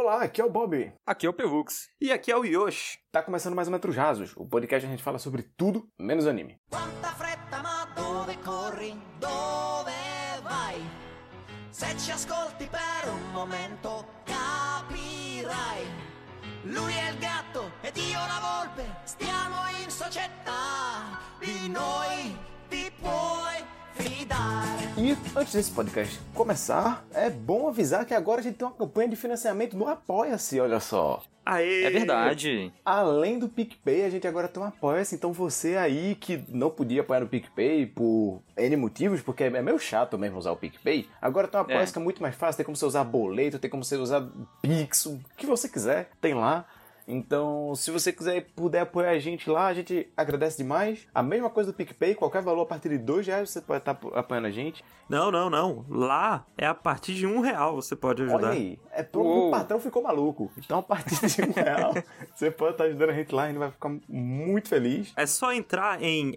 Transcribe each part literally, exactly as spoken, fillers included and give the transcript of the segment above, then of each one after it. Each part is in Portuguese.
Olá, aqui é o Bob. Aqui é o Pelux. E aqui é o Yoshi. Tá começando mais um Metros Rasos, o podcast a gente fala sobre tudo, menos anime. Quanta fretta, ma dove corri, dove vai? Se ci ascolti per un momento capirai. Lui è il gatto ed io la volpe, stiamo in società, di noi ti puoi fidare. E antes desse podcast começar, é bom avisar que agora a gente tem uma campanha de financiamento no Apoia-se, olha só. Aê! É verdade. Além do PicPay, a gente agora tem um Apoia-se, então você aí que não podia apoiar no PicPay por N motivos, porque é meio chato mesmo usar o PicPay, agora tem um Apoia-se É. que é muito mais fácil, tem como você usar boleto, tem como você usar Pix, o que você quiser, tem lá. Então, se você quiser e puder apoiar a gente lá, a gente agradece demais. A mesma coisa do PicPay, qualquer valor a partir de dois reais você pode estar apoiando a gente. Não, não, não. Lá é a partir de um real você pode ajudar. Olha aí, é pro, Uou. o patrão ficou maluco. Então, a partir de um real, você pode estar ajudando a gente lá e a gente vai ficar muito feliz. É só entrar em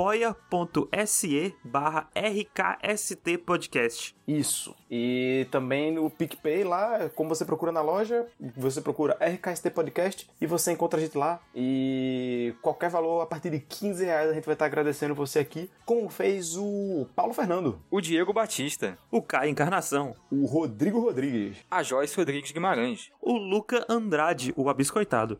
apoia.se barra RKST Podcast. Isso. E também no PicPay lá, como você procura na loja, você procura R K S T Podcast e você encontra a gente lá. E qualquer valor a partir de quinze reais a gente vai estar agradecendo você aqui, como fez o Paulo Fernando, O Diego Batista. O Caio Encarnação. o Rodrigo Rodrigues A Joyce Rodrigues Guimarães. O Luca Andrade, o abiscoitado.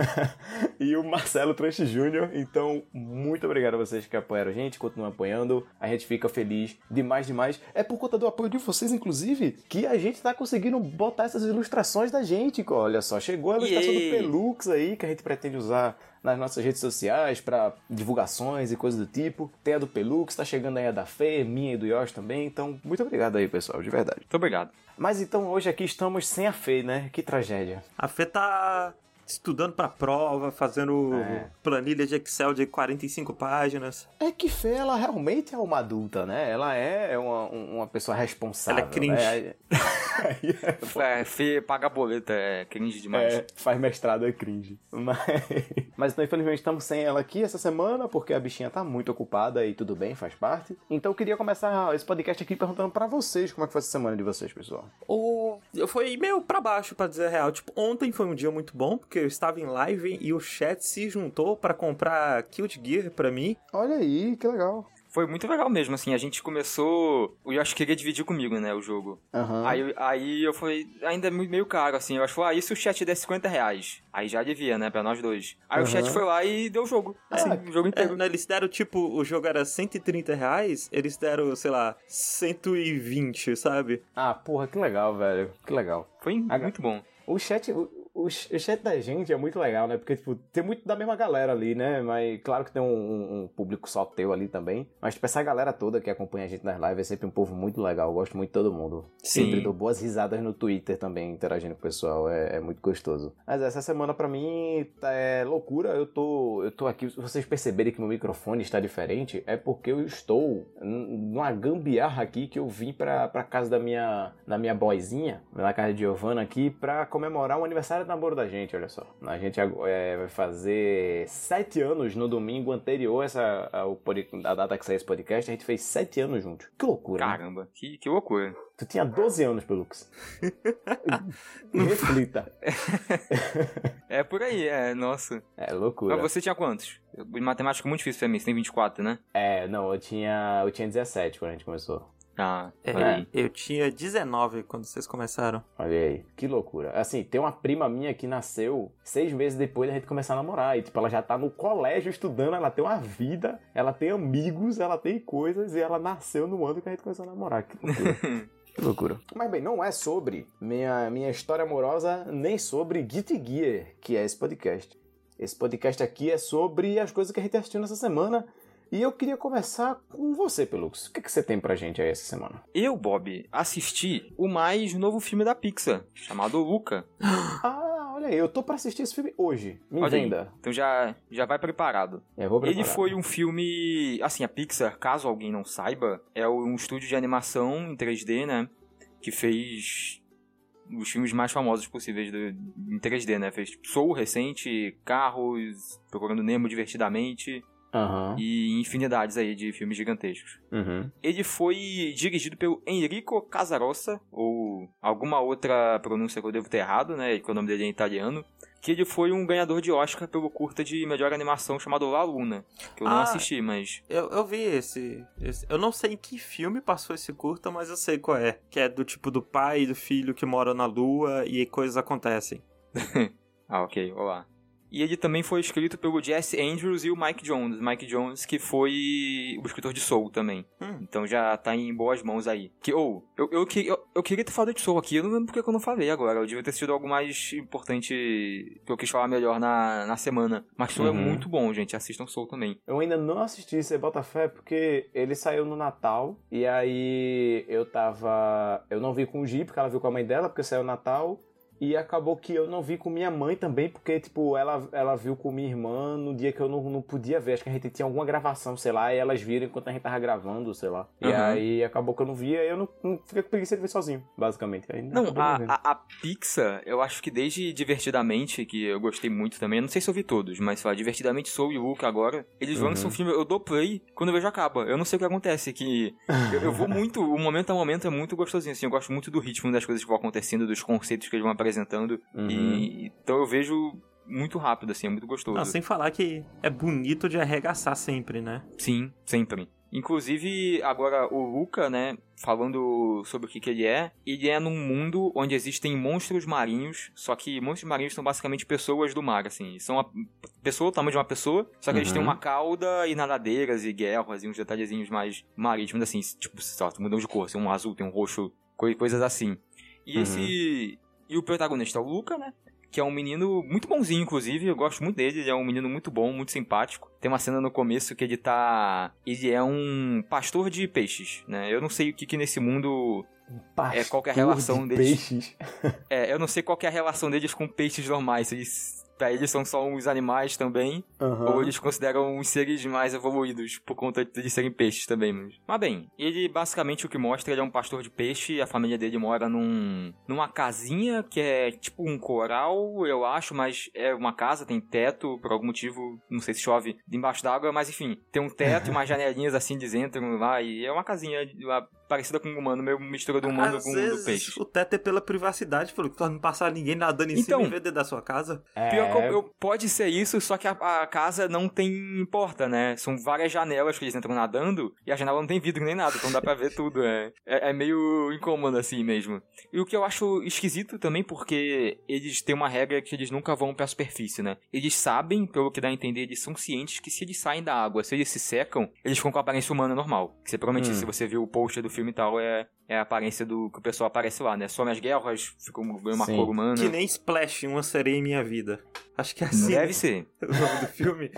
e o Marcelo Tranche Júnior. Então, muito obrigado a vocês que apoiaram a gente, continuam apoiando. A gente fica feliz demais, demais. É por conta do apoio de vocês, inclusive, que a gente tá conseguindo botar essas ilustrações da gente. Olha só, chegou a ilustração Yay. do Pelux aí, que a gente pretende usar nas nossas redes sociais pra divulgações e coisas do tipo. Tem a do Pelux, tá chegando aí a da Fê, minha e do Yoshi também. Então, muito obrigado aí, pessoal, de verdade. Muito obrigado. Mas então, hoje aqui estamos sem a Fê, né? Que tragédia. A Fê tá estudando pra prova, fazendo É. planilha de Excel de quarenta e cinco páginas. É que Fê, ela realmente é uma adulta, né? Ela é uma, uma pessoa responsável. Ela é cringe. Né? Aí é, É, Fê paga boleto, é cringe demais. é, faz mestrado é cringe. Mas, mas então, infelizmente, estamos sem ela aqui essa semana, porque a bichinha tá muito ocupada e tudo bem, faz parte. Então eu queria começar esse podcast aqui perguntando pra vocês como é que foi essa semana de vocês, pessoal. O... Eu fui meio pra baixo, pra dizer a real. Tipo, ontem foi um dia muito bom, porque eu estava em live e o chat se juntou pra comprar Guilty Gear pra mim. Olha aí, que legal. Foi muito legal mesmo, assim, a gente começou... O Yoshi queria dividir comigo, né, o jogo. Aham. Aí, aí eu falei, ainda é muito- meio caro, assim, eu acho que foi, ah, e se o chat der cinquenta reais? Aí já devia, né, pra nós dois. Aí Uhum. o chat foi lá e deu o jogo, assim, Ah, o jogo É, inteiro. né, eles deram, tipo, o jogo era cento e trinta reais, eles deram, sei lá, cento e vinte, sabe? Ah, porra, que legal, velho. Que legal. Foi Aga- muito bom. O chat, o, o ch- o chat da gente é muito legal, né? Porque, tipo, tem muito da mesma galera ali, né? Mas claro que tem um, um- um público só teu ali também. Mas, tipo, essa galera toda que acompanha a gente nas lives é sempre um povo muito legal. Eu gosto muito de todo mundo. Sim. Sempre dou boas risadas no Twitter também, interagindo com o pessoal. É, é muito gostoso. Mas essa semana, pra mim, tá- é loucura. Eu tô, eu tô aqui. Se vocês perceberem que meu microfone está diferente, é porque eu estou n- numa gambiarra aqui que eu vim pra, pra casa da minha, da minha boyzinha, na casa de Giovana aqui, pra comemorar o aniversário do namoro da gente, olha só. A gente ag- é, vai fazer sete anos no domingo anterior essa, ao pod- a data que saiu esse podcast, a gente fez sete anos juntos. Que loucura, né? Caramba, que, que loucura. Tu tinha doze anos, Pelux. Reflita. É por aí, é, nossa. É loucura. Mas você tinha quantos? Em matemática é muito difícil pra mim, você tem vinte e quatro, né? É, não, eu tinha, eu tinha dezessete quando a gente começou. Ah, É, olha aí. eu tinha dezenove quando vocês começaram. Olha aí, que loucura. Assim, tem uma prima minha que nasceu seis meses depois da gente começar a namorar. E, tipo, ela já tá no colégio estudando, ela tem uma vida, ela tem amigos, ela tem coisas, e ela nasceu no ano que a gente começou a namorar. Que loucura. Que loucura. Mas bem, não é sobre minha, minha história amorosa, nem sobre Guilty Gear, que é esse podcast. Esse podcast aqui é sobre as coisas que a gente assistiu nessa semana. E eu queria começar com você, Pelux. O que, que você tem pra gente aí essa semana? Eu, Bob, assisti o mais novo filme da Pixar, chamado Luca. Ah, olha aí, eu tô pra assistir esse filme hoje. Me Olha aí. venda. Então já, já vai preparado. Eu vou preparar. Ele foi um filme... Assim, a Pixar, caso alguém não saiba, é um estúdio de animação em três D, né? Que fez os filmes mais famosos possíveis do, em três D, né? Fez tipo, Soul, recente, Carros, Procurando Nemo, Divertidamente... Aham. E infinidades aí de filmes gigantescos. Uhum. Ele foi dirigido pelo Enrico Casarossa, ou alguma outra pronúncia que eu devo ter errado, né? Que o nome dele é em italiano. Que ele foi um ganhador de Oscar pelo curta de melhor animação chamado La Luna. Que eu não Ah, assisti, mas... Eu, eu vi esse, esse... Eu não sei em que filme passou esse curta, mas eu sei qual é. Que é do tipo do pai e do filho que moram na lua e coisas acontecem. Ah, ok. Olá. E ele também foi escrito pelo Jesse Andrews e o Mike Jones. Mike Jones, que foi o escritor de Soul também. Hum. Então já tá em boas mãos aí. Que, ou, oh, eu, eu, eu, eu queria ter falado de Soul aqui, eu não lembro porque eu não falei agora. Eu devia ter sido algo mais importante que eu quis falar melhor na, na semana. Mas Soul uhum. é muito bom, gente. Assistam Soul também. Eu ainda não assisti, você bota fé, porque ele saiu no Natal. E aí eu tava... Eu não vi com o Gi, porque ela viu com a mãe dela, porque saiu no Natal. E acabou que eu não vi com minha mãe também, porque, tipo, ela, ela viu com minha irmã no dia que eu não, não podia ver. Acho que a gente tinha alguma gravação, sei lá, e elas viram enquanto a gente tava gravando, sei lá. Uhum. E aí acabou que eu não via, e eu não, não fiquei com preguiça de ver sozinho, basicamente. Aí, não, a, a, a Pixar, eu acho que desde Divertidamente, que eu gostei muito também, eu não sei se eu vi todos, mas, sei lá, Divertidamente, Soul e Luca agora, eles uhum. lançam um filme, eu dou play, quando eu vejo acaba. Eu não sei o que acontece, que eu, eu vou muito, o momento a momento é muito gostosinho, assim, eu gosto muito do ritmo das coisas que vão acontecendo, dos conceitos que eles vão apresentando. Uhum. E, então eu vejo muito rápido, assim, é muito gostoso. Não, sem falar que é bonito de arregaçar sempre, né? Sim, sempre. Inclusive, agora o Luca, né, falando sobre o que, que ele é, ele é num mundo onde existem monstros marinhos, só que monstros marinhos são basicamente pessoas do mar, assim. São uma pessoa, o tamanho de uma pessoa, só que uhum. eles têm uma cauda e nadadeiras e guerras e uns detalhezinhos mais marítimos, assim, tipo, sei lá, mudam de cor, assim, um azul, tem um roxo, coisas assim. E uhum. esse... E o protagonista é o Luca, né? Que é um menino muito bonzinho, inclusive. Eu gosto muito dele. Ele é um menino muito bom, muito simpático. Tem uma cena no começo que ele tá... Ele é um pastor de peixes, né? Eu não sei o que que nesse mundo... Pastor é, qual que é a relação de deles... peixes? É, eu não sei qual que é a relação deles com peixes normais. Eles... Pra eles são só uns animais também, uhum. ou eles consideram uns seres mais evoluídos por conta de serem peixes também. Mas, mas bem, ele basicamente o que mostra, ele é um pastor de peixe, a família dele mora num, numa casinha que é tipo um coral, eu acho, mas é uma casa, tem teto, por algum motivo, não sei se chove embaixo d'água, mas enfim, tem um teto e umas janelinhas assim de dentro lá, e é uma casinha lá, parecida com um humano, meio mistura do humano Às com vezes, do peixe. O teto é pela privacidade, falou que tu não passar ninguém nadando em então, cima e ver dentro da sua casa. É... Pior que eu, eu, pode ser isso, só que a, a casa não tem porta, né? São várias janelas que eles entram nadando e a janela não tem vidro nem nada, então dá pra ver tudo. É, é, é meio incômodo assim mesmo. E o que eu acho esquisito também, porque eles têm uma regra que eles nunca vão pra superfície, né? Eles sabem, pelo que dá a entender, eles são cientes que se eles saem da água, se eles se secam, eles ficam com a aparência humana normal. Que você provavelmente, hum. se você viu o poster do filme e tal, é... É a aparência do que o pessoal aparece lá, né? Some as guerras, fica uma Sim. cor humana. Que nem Splash, Uma Sereia em Minha Vida. Acho que é assim. Deve ser. O nome do filme.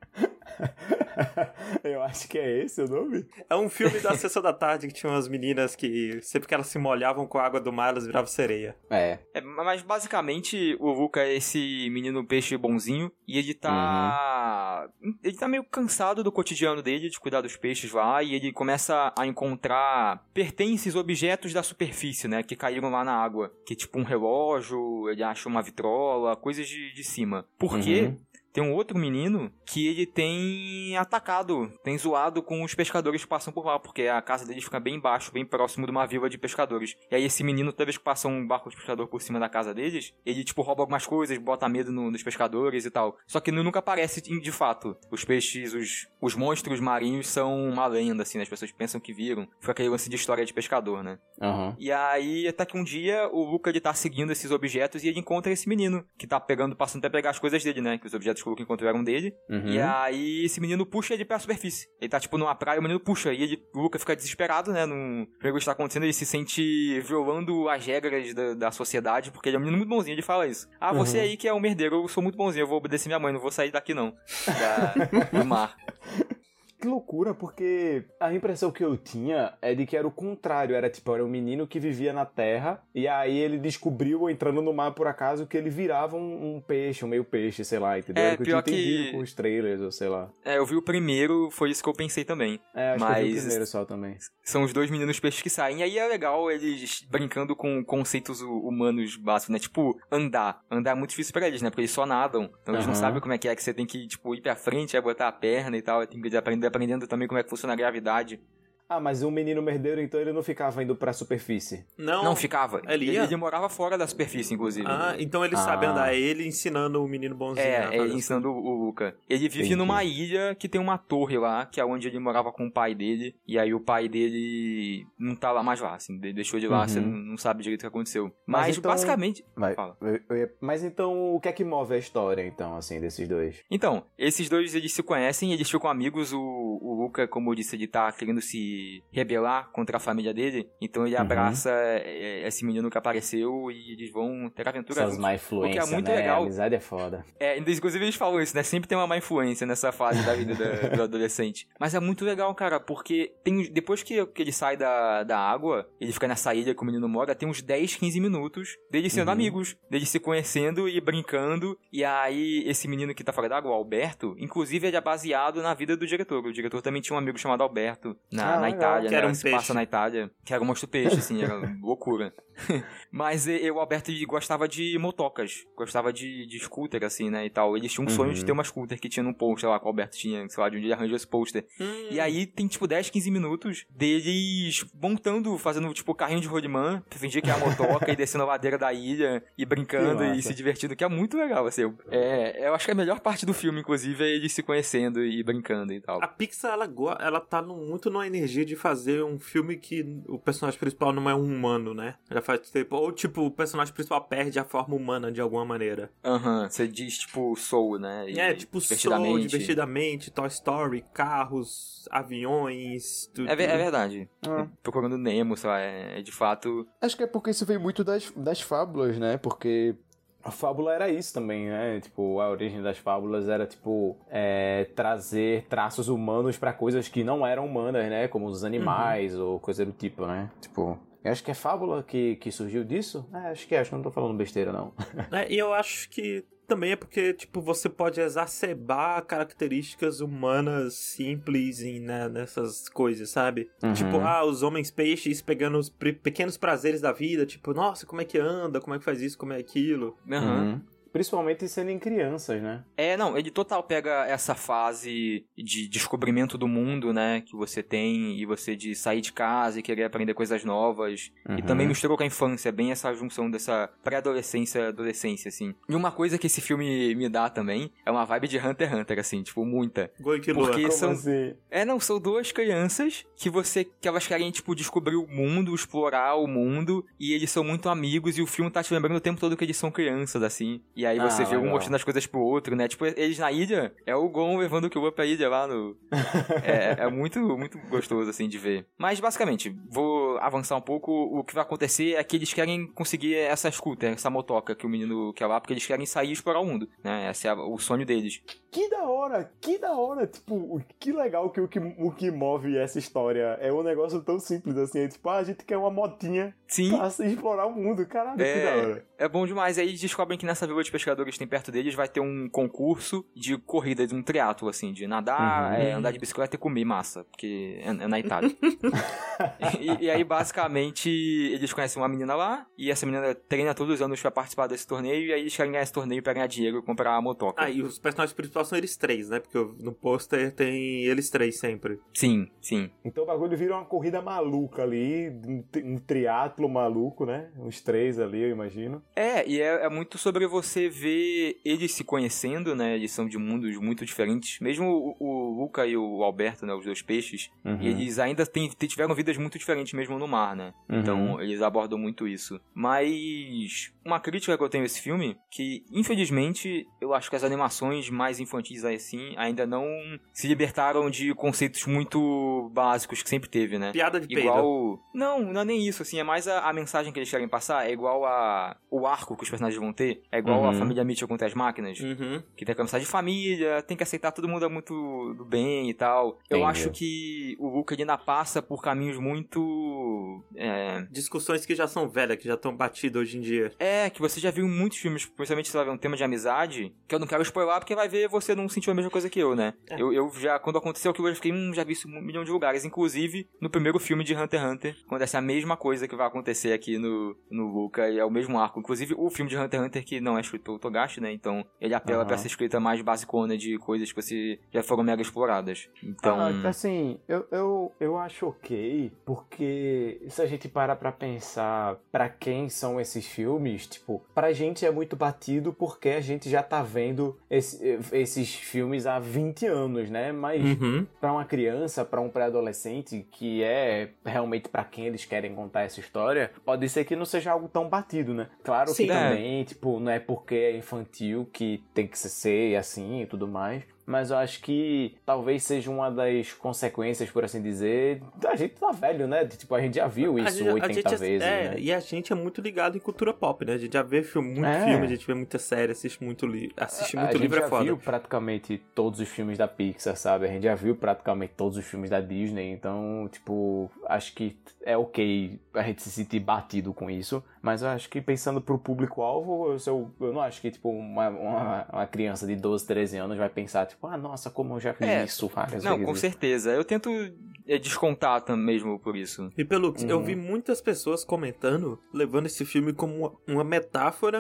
Eu acho que é esse o nome. É um filme da Sessão da Tarde que tinha umas meninas que sempre que elas se molhavam com a água do mar, elas viravam sereia. É. é mas basicamente o Luca é esse menino peixe bonzinho e ele tá... Uhum. Ele tá meio cansado do cotidiano dele, de cuidar dos peixes lá, e ele começa a encontrar pertences, objetos da superfície, né, que caíram lá na água. Que é tipo um relógio, ele acha uma vitrola, coisas de, de cima. Por quê? Uhum. Tem um outro menino que ele tem atacado, tem zoado com os pescadores que passam por lá, porque a casa deles fica bem embaixo, bem próximo de uma vila de pescadores. E aí esse menino, toda vez que passa um barco de pescador por cima da casa deles, ele tipo rouba algumas coisas, bota medo no, nos pescadores e tal. Só que nunca aparece de fato. Os peixes, os, os monstros marinhos são uma lenda, assim, né? As pessoas pensam que viram. Fica aquele lance de história de pescador, né? Uhum. E aí, até que um dia, o Luca, ele tá seguindo esses objetos e ele encontra esse menino, que tá pegando, passando até pegar as coisas dele, né? Que os objetos que o Luca encontrou eram dele. Uhum. E aí, esse menino puxa ele pra superfície. Ele tá, tipo, numa praia, o menino puxa. E ele, o Luca fica desesperado, né? Não vê o que está acontecendo. Ele se sente violando as regras da, da sociedade, porque ele é um menino muito bonzinho. Ele fala isso. Ah, você uhum. aí que é um merdeiro, eu sou muito bonzinho, eu vou obedecer minha mãe, não vou sair daqui, não. Da, do mar. que loucura, porque a impressão que eu tinha é de que era o contrário. Era tipo, era um menino que vivia na terra e aí ele descobriu, entrando no mar por acaso, que ele virava um, um peixe, um meio peixe, sei lá, entendeu? É, era o que eu pior tinha entendido que- com os trailers, ou sei lá. É, eu vi o primeiro, foi isso que eu pensei também. É, acho que eu vi o Mas- primeiro só também. São os dois meninos peixes que saem. E aí é legal eles brincando com conceitos hu- humanos básicos, né? Tipo, andar. Andar é muito difícil pra eles, né? Porque eles só nadam. Então eles não Aham. sabem como é que é, que você tem que, tipo, ir pra frente, aí botar a perna e tal. Tem que ir aprendendo, aprendendo também como é que funciona a gravidade. Ah, mas o menino merdeiro, então, ele não ficava indo pra superfície. Não, Não, ficava. ele Ele, ia? ele morava fora da superfície, inclusive. Ah, então ele Ah. sabe andar, é ele ensinando o menino bonzinho. a É, fazer é as ensinando o o Luca. Ele vive Entendi. numa ilha que tem uma torre lá, que é onde ele morava com o pai dele. E aí o pai dele não tá lá mais lá, assim. de- Deixou de lá, Uhum. você não não sabe direito o que aconteceu. Mas Mas, então- basicamente... Vai. Fala. Eu- eu ia- Mas então, o que é que move a história, então, assim, desses dois? Então, esses dois, eles se conhecem, eles ficam amigos. O, o Luca, como eu disse, ele tá querendo se rebelar contra a família dele. Então ele Uhum. abraça é, esse menino que apareceu e eles vão ter aventura Essas juntos. má influência, O que é muito né? legal. A amizade é foda. É, inclusive eles falam isso, né? Sempre tem uma má influência nessa fase da vida da- do adolescente. Mas é muito legal, cara, porque tem, depois que, que ele sai da, da água, ele fica nessa ilha que o menino mora, tem uns dez, quinze minutos deles sendo Uhum. amigos, deles se conhecendo e brincando. E aí, esse menino que tá fora d'água, o Alberto, inclusive ele é baseado na vida do diretor. O diretor também tinha um amigo chamado Alberto na, Ah, na legal. Itália, Que era né? um Se peixe. passa na Itália, que era um monstro peixe, assim, era loucura. Mas e, e o Alberto ele gostava de motocas, gostava de, de scooter, assim, né, e tal. Eles tinham um sonho Uhum. de ter uma scooter que tinha num pôster lá, que o Alberto tinha, sei lá, de onde ele arranjou esse pôster. Hum. E aí tem, tipo, dez, quinze minutos deles montando, fazendo, tipo, carrinho de rolimã, pra fingir que é a motoca, e descendo a ladeira da ilha, e brincando, Que e massa. se divertindo, que é muito legal, assim. É, eu acho que a melhor parte do filme, inclusive, é eles se conhecendo e brincando e tal. A Pixar, ela, go- ela tá no- muito numa energia de fazer um filme que o personagem principal não é um humano, né? Já faz tempo. Ou, tipo, o personagem principal perde a forma humana de alguma maneira. Aham, você diz, tipo, Soul, né? E É, tipo, Soul, divertidamente. divertidamente, Toy Story, carros, aviões... Tudo. É, ve- é verdade. Ah. Procurando Nemo, sei lá, é, é de fato... Acho que é porque isso veio muito das, das fábulas, né? Porque a fábula era isso também, né? Tipo, a origem das fábulas era, tipo, é, trazer traços humanos pra coisas que não eram humanas, né? Como os animais ou coisa do tipo, né? Tipo... Eu acho que é fábula que, que surgiu disso? É, acho que é, acho que eu não tô falando besteira, não. É, e eu acho que também é porque, tipo, você pode exacerbar características humanas simples em, né, nessas coisas, sabe? Uhum. Tipo, ah, os homens peixes pegando os pre- pequenos prazeres da vida, tipo, nossa, como é que anda, como é que faz isso, como é aquilo. Aham. Uhum. Principalmente sendo em crianças, né? É, não, ele total pega essa fase de descobrimento do mundo, né, que você tem, e você de sair de casa e querer aprender coisas novas, Uhum. e também misturou com a infância, bem essa junção dessa pré-adolescência, adolescência, assim. E uma coisa que esse filme me dá também é uma vibe de Hunter x Hunter, assim, tipo, muita. Goiki Porque Lua. são- assim? É, não, são duas crianças que você, que elas querem, tipo, descobrir o mundo, explorar o mundo, e eles são muito amigos, e o filme tá te lembrando o tempo todo que eles são crianças, assim, e aí você Ah, vê um legal. mostrando as coisas pro outro, né, tipo, eles na ilha, é o Gon levando o Killua pra ilha lá no... é, é muito, muito gostoso, assim, de ver. Mas, basicamente, vou avançar um pouco, o que vai acontecer é que eles querem conseguir essa scooter, essa motoca que o menino quer lá, porque eles querem sair e explorar o mundo, né, esse é o sonho deles. Que da hora, que da hora, tipo, que legal que o que, o que move essa história é um negócio tão simples assim, é tipo, ah, a gente quer uma motinha Sim. pra se explorar o mundo, caralho, que da hora. É, é bom demais. Aí eles descobrem que nessa vila de pescadores que tem perto deles vai ter um concurso de corrida, de um triatlo, assim, de nadar, Uhum. é, andar de bicicleta e comer massa, porque é, é na Itália. e, e aí, basicamente, eles conhecem uma menina lá, e essa menina treina todos os anos pra participar desse torneio, e aí eles querem ganhar esse torneio pra ganhar dinheiro e comprar a motoca. Ah, e os personagens principais são eles três, né? Porque no pôster tem eles três sempre. Sim, sim. Então o bagulho vira uma corrida maluca ali, um, tri- um triatlo maluco, né? Uns três ali, eu imagino. É, e é, é muito sobre você ver eles se conhecendo, né? Eles são de mundos muito diferentes. Mesmo o, o Luca e o Alberto, né? Os dois peixes, Uhum. eles ainda têm, tiveram vidas muito diferentes mesmo no mar, né? Uhum. Então, eles abordam muito isso. Mas uma crítica que eu tenho a esse filme, que infelizmente eu acho que as animações mais infantis assim, ainda não se libertaram de conceitos muito básicos que sempre teve, né? Piada de igual... peido. Não, não é nem isso, assim, é mais a, a mensagem que eles querem passar, é igual a... o arco que os personagens vão ter, é igual Uhum. a família Mitchell contra as máquinas, Uhum. que tem aquela mensagem de família, tem que aceitar todo mundo é muito do bem e tal. Eu Entendi. acho que o Luca ainda passa por caminhos muito... É, Discussões que já são velhas, que já estão batidas hoje em dia. é, que você já viu em muitos filmes, principalmente se você vai ver um tema de amizade, que eu não quero spoiler porque vai ver você não sentiu a mesma coisa que eu, né? É. Eu, eu já, quando aconteceu aquilo, eu já fiquei, hum, já vi isso em um milhão de lugares, inclusive no primeiro filme de Hunter x Hunter, acontece a mesma coisa que vai acontecer aqui no, no Luca, e é o mesmo arco. Inclusive, o filme de Hunter x Hunter, que não é escrito pelo Togashi, né? Então, ele apela Aham. pra essa escrita mais basicona de coisas que você já foram mega exploradas. Então... Ah, assim, eu, eu, eu acho ok, porque se a gente parar pra pensar pra quem são esses filmes, tipo, pra gente é muito batido porque a gente já tá vendo esse, esses filmes há vinte anos, né? Mas Uhum. pra uma criança, pra um pré-adolescente, que é realmente pra quem eles querem contar essa história, pode ser que não seja algo tão batido, né? Claro Sim. que É. também, tipo, não é porque é infantil que tem que ser assim e tudo mais. Mas eu acho que talvez seja uma das consequências, por assim dizer, da gente tá velho, né? Tipo, a gente já viu A isso gente- a oitenta gente é- vezes, é, né? E a gente é muito ligado em cultura pop, né? A gente já vê filme, muito É. filme, a gente vê muita série, assiste muito livro. Assiste A muito gente livro já é foda. viu praticamente todos os filmes da Pixar, sabe? A gente já viu praticamente todos os filmes da Disney, então, tipo, acho que é ok a gente se sentir batido com isso, mas eu acho que pensando pro público-alvo, eu, eu, eu não acho que, tipo, uma, uma, uma criança de doze, treze anos vai pensar, tipo, ah, nossa, como eu já vi É. isso várias Não, vezes. com certeza. Eu tento é, descontar também mesmo por isso. E pelo eu Uhum. vi muitas pessoas comentando, levando esse filme como uma, uma metáfora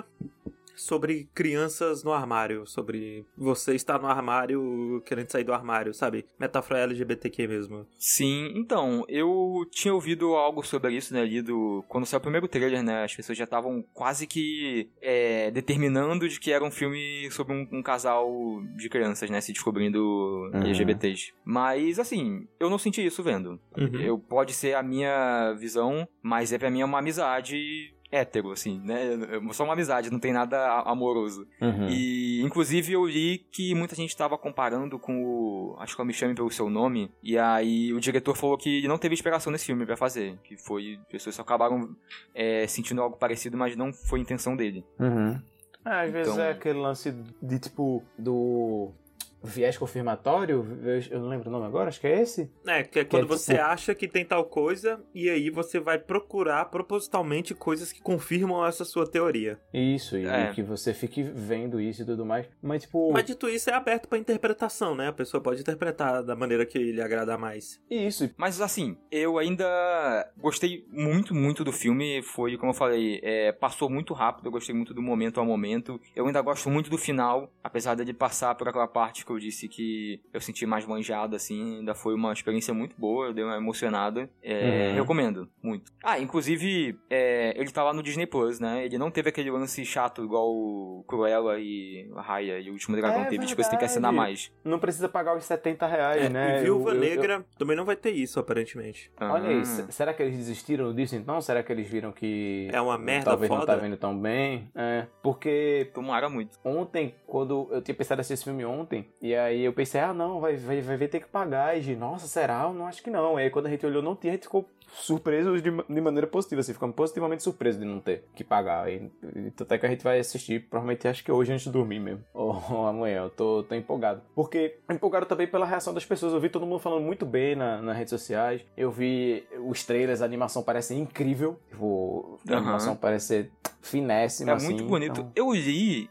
sobre crianças no armário, sobre você estar no armário querendo sair do armário, sabe? Metáfora L G B T Q mesmo. Sim, então, eu tinha ouvido algo sobre isso, né, lido... Quando saiu o primeiro trailer, né, as pessoas já estavam quase que é, determinando de que era um filme sobre um, um casal de crianças, né, se descobrindo Uhum. L G B T s. Mas, assim, eu não senti isso vendo. Uhum. Eu, pode ser a minha visão, mas é pra mim é uma amizade hétero, assim, né? É só uma amizade, não tem nada a- amoroso. Uhum. E, inclusive, eu li que muita gente estava comparando com o... Acho que eu Me Chame Pelo Seu Nome. E aí, o diretor falou que não teve inspiração nesse filme pra fazer. Que foi... Pessoas só acabaram é, sentindo algo parecido, mas não foi a intenção dele. Uhum. Ah, às vezes Então- é aquele lance de, tipo, do viés confirmatório, eu não lembro o nome agora, acho que é esse. É, que é quando é você tipo- acha que tem tal coisa e aí você vai procurar propositalmente coisas que confirmam essa sua teoria. Isso, e É. que você fique vendo isso e tudo mais. Mas, tipo, Mas dito isso, é aberto pra interpretação, né? A pessoa pode interpretar da maneira que lhe agradar mais. isso. Mas, assim, eu ainda gostei muito, muito do filme. Foi, como eu falei, é, passou muito rápido. Eu gostei muito do momento a momento. Eu ainda gosto muito do final, apesar de passar por aquela parte que eu disse que eu senti mais manjado, assim. Ainda foi uma experiência muito boa, eu dei uma emocionada. É, Uhum. Recomendo, muito. Ah, inclusive, é, ele tá lá no Disney Plus, né? Ele não teve aquele lance chato igual o Cruella e a Raya e o Último Dragão É teve, de que você tem que assinar verdade. mais. Não precisa pagar os setenta reais, É, né? e Viúva Eu- eu- Negra também não vai ter isso, aparentemente. Olha aí, Ah. se- será que eles desistiram disso então? Será que eles viram que É uma merda talvez não foda? tá vendo tão bem? É, porque Tomara muito. ontem, quando eu tinha pensado em assistir esse filme ontem, e aí eu pensei, ah não, vai, vai, vai ver ter que pagar. E de, nossa, será? Eu não acho que não. E aí quando a gente olhou, não tinha, a gente ficou surpreso de, de maneira positiva, assim, ficamos positivamente surpresos de não ter que pagar. E, e até que a gente vai assistir, provavelmente acho que hoje antes de dormir mesmo. Ou, ou amanhã, eu tô, tô empolgado. Porque empolgado também pela reação das pessoas. Eu vi todo mundo falando muito bem na, nas redes sociais. Eu vi os trailers, a animação parece incrível. Tipo, a Aham. animação parece ser finésima, É assim. muito bonito. então- Eu li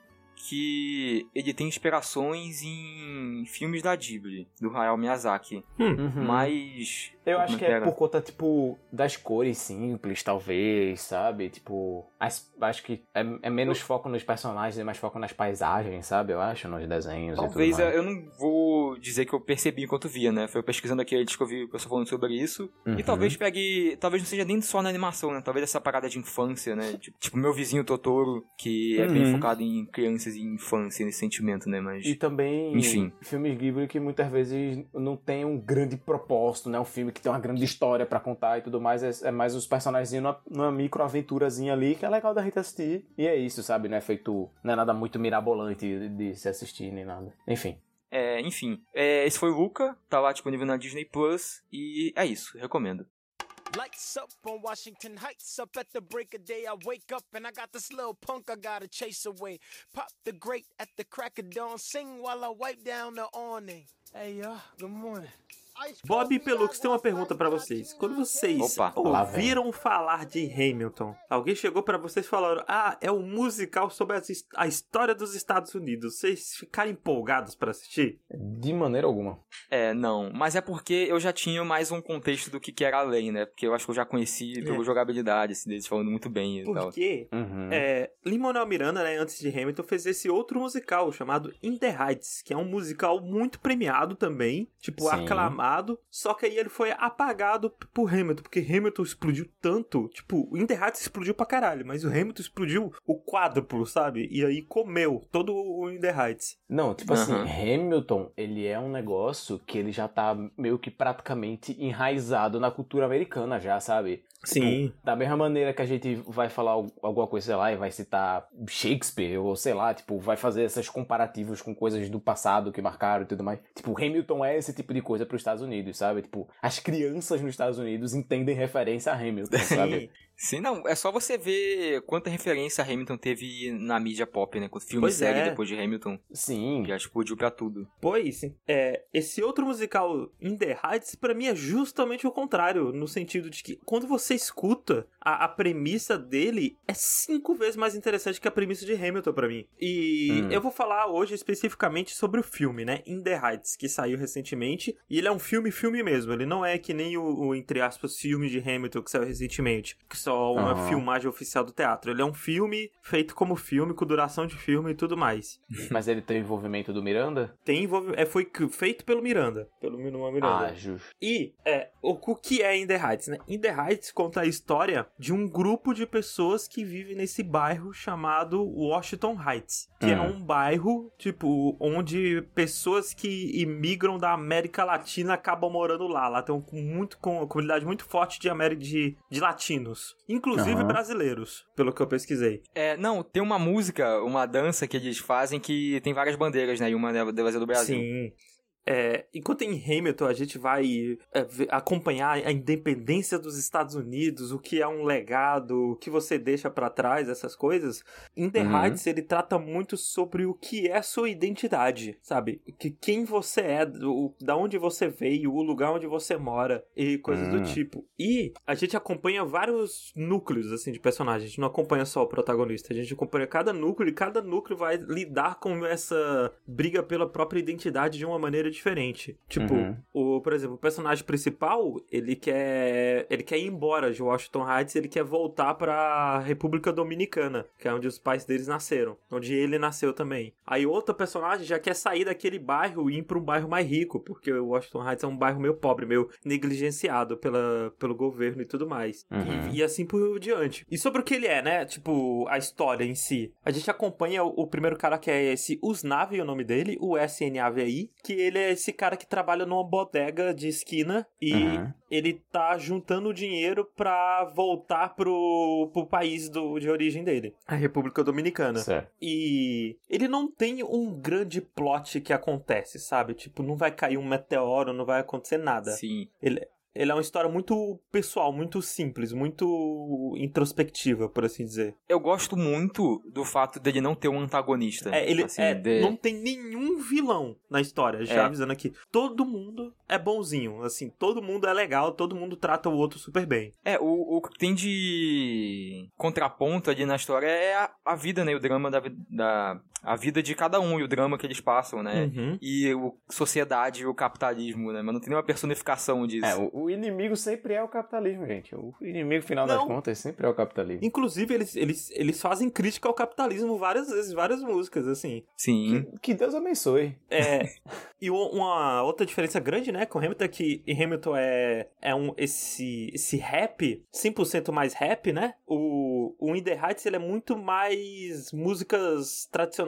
que ele tem inspirações em filmes da Ghibli, do Hayao Miyazaki. Uhum. Mas... Eu como acho que que é era? por conta, tipo, das cores simples, talvez, sabe? Tipo, as- acho que é, é menos foco nos personagens e mais foco nas paisagens, sabe? Eu acho, nos desenhos Talvez, e tudo mais. eu não vou dizer que eu percebi enquanto via, né? Foi eu pesquisando aqui, antes que eu vi o pessoal falando sobre isso. Uhum. E talvez pegue... Talvez não seja nem só na animação, né? Talvez essa parada de infância, né? Tipo, tipo meu vizinho Totoro, que é bem Uhum. focado em crianças e infância, nesse sentimento, né? Mas... E também Enfim. filmes Ghibli que muitas vezes não tem um grande propósito, né? Um filme que tem uma grande história pra contar e tudo mais. É, é mais os personagens numa, numa micro-aventurazinha ali que é legal da gente assistir. E é isso, sabe? Não é feito... Não é nada muito mirabolante de, de se assistir nem nada. Enfim. É, enfim, é, esse foi o Luca, tá lá disponível na Disney Plus, e é isso, recomendo. Lights up on Washington Heights, up at the break of day I wake up and I got this little punk I gotta chase away. Pop the grate at the crack of dawn, sing while I wipe down the awning. Hey y'all, good morning. Bob e Pelux, tem uma pergunta pra vocês. Quando vocês Opa, ouviram falar de Hamilton, alguém chegou pra vocês e falaram: ah, é um musical sobre as, a história dos Estados Unidos. Vocês ficaram empolgados pra assistir? De maneira alguma. É, não, mas é porque eu já tinha mais um contexto do que, que era a lei, né? Porque eu acho que eu já conheci pela É. jogabilidade, assim, deles falando muito bem e tal. Porque Uhum. é, Lin-Manuel Miranda, né, antes de Hamilton, fez esse outro musical chamado In the Heights, que é um musical muito premiado também, tipo, Sim. aclamado. Só que aí ele foi apagado por Hamilton, porque Hamilton explodiu tanto, tipo, o In the Heights explodiu pra caralho, mas o Hamilton explodiu o quádruplo, sabe? E aí comeu todo o In the Heights. Não, tipo assim, Aham. Hamilton, ele é um negócio que ele já tá meio que praticamente enraizado na cultura americana já, sabe? Sim. Tipo, da mesma maneira que a gente vai falar al- alguma coisa, sei lá, e vai citar Shakespeare, ou sei lá, tipo, vai fazer esses comparativos com coisas do passado que marcaram e tudo mais. Tipo, Hamilton é esse tipo de coisa pros Estados Unidos, sabe? Tipo, as crianças nos Estados Unidos entendem referência a Hamilton, sabe? Sim, não, é só você ver quanta referência a Hamilton teve na mídia pop, né? Com filme Pois e série é. depois de Hamilton, Sim. já explodiu pra tudo. Pois, é, esse outro musical In the Heights, pra mim, é justamente o contrário, no sentido de que quando você escuta a, a premissa dele, é cinco vezes mais interessante que a premissa de Hamilton pra mim. E Hum. eu vou falar hoje especificamente sobre o filme, né, In the Heights, que saiu recentemente, e ele é um filme, filme mesmo, ele não é que nem o, o entre aspas, filme de Hamilton que saiu recentemente, que só uma Aham. filmagem oficial do teatro. Ele é um filme feito como filme, com duração de filme e tudo mais. Mas ele tem envolvimento do Miranda? Tem envolv... é, foi c- feito pelo Miranda. Pelo Manuel Miranda. Ah, justo. E é, o, o que é In the Heights, né? In the Heights conta a história de um grupo de pessoas que vivem nesse bairro chamado Washington Heights. Que é Hum. um bairro, tipo, onde pessoas que imigram da América Latina acabam morando lá. Lá tem um, muito, com, uma comunidade muito forte de, América, de, de latinos. Inclusive Aham. brasileiros, pelo que eu pesquisei. É, não, tem uma música, uma dança que eles fazem que tem várias bandeiras, né? E uma delas é do Brasil. Sim. É, enquanto em Hamilton a gente vai é, ver- acompanhar a independência dos Estados Unidos, o que é um legado, o que você deixa pra trás, essas coisas, In the Uhum. Heights ele trata muito sobre o que é sua identidade, sabe? Que quem você é, o, da onde você veio, o lugar onde você mora e coisas do Hum. tipo. E a gente acompanha vários núcleos assim de personagens, a gente não acompanha só o protagonista, a gente acompanha cada núcleo e cada núcleo vai lidar com essa briga pela própria identidade de uma maneira diferente. Tipo, Uhum. o, por exemplo, o personagem principal, ele quer ele quer ir embora de Washington Heights, ele quer voltar pra República Dominicana, que é onde os pais deles nasceram, onde ele nasceu também. Aí outra personagem já quer sair daquele bairro e ir pra um bairro mais rico, porque o Washington Heights é um bairro meio pobre, meio negligenciado pela, pelo governo e tudo mais. Uhum. E, e assim por diante. E sobre o que ele é, né? Tipo, a história em si. A gente acompanha o, o primeiro cara que é esse Usnavi, o nome dele, o S N A V I, que ele é esse cara que trabalha numa bodega de esquina e Uhum. ele tá juntando dinheiro pra voltar pro, pro país do, de origem dele, a República Dominicana. Certo. E ele não tem um grande plot que acontece, sabe? Tipo, não vai cair um meteoro, não vai acontecer nada. Sim. Ele, ele é uma história muito pessoal, muito simples, muito introspectiva, por assim dizer. Eu gosto muito do fato dele não ter um antagonista. É, ele assim, é, de- não tem nenhum vilão na história, já É. avisando aqui. Todo mundo é bonzinho, assim, todo mundo é legal, todo mundo trata o outro super bem. É, o, o que tem de contraponto ali na história é a, a vida, né? E o drama da, vi- da... A vida de cada um e o drama que eles passam, né? Uhum. E o sociedade e o capitalismo, né? Mas não tem nenhuma personificação disso. É, o, o inimigo sempre é o capitalismo, gente. O inimigo, final das Não. contas, sempre é o capitalismo. Inclusive, eles, eles, eles fazem crítica ao capitalismo várias vezes, várias músicas, assim. Sim. Que Deus abençoe. É, e o- uma outra diferença grande, né, com Hamilton é que em Hamilton é, é um, esse, esse rap, cem por cento mais rap, né? O, o In the Heights, ele é muito mais músicas tradicionais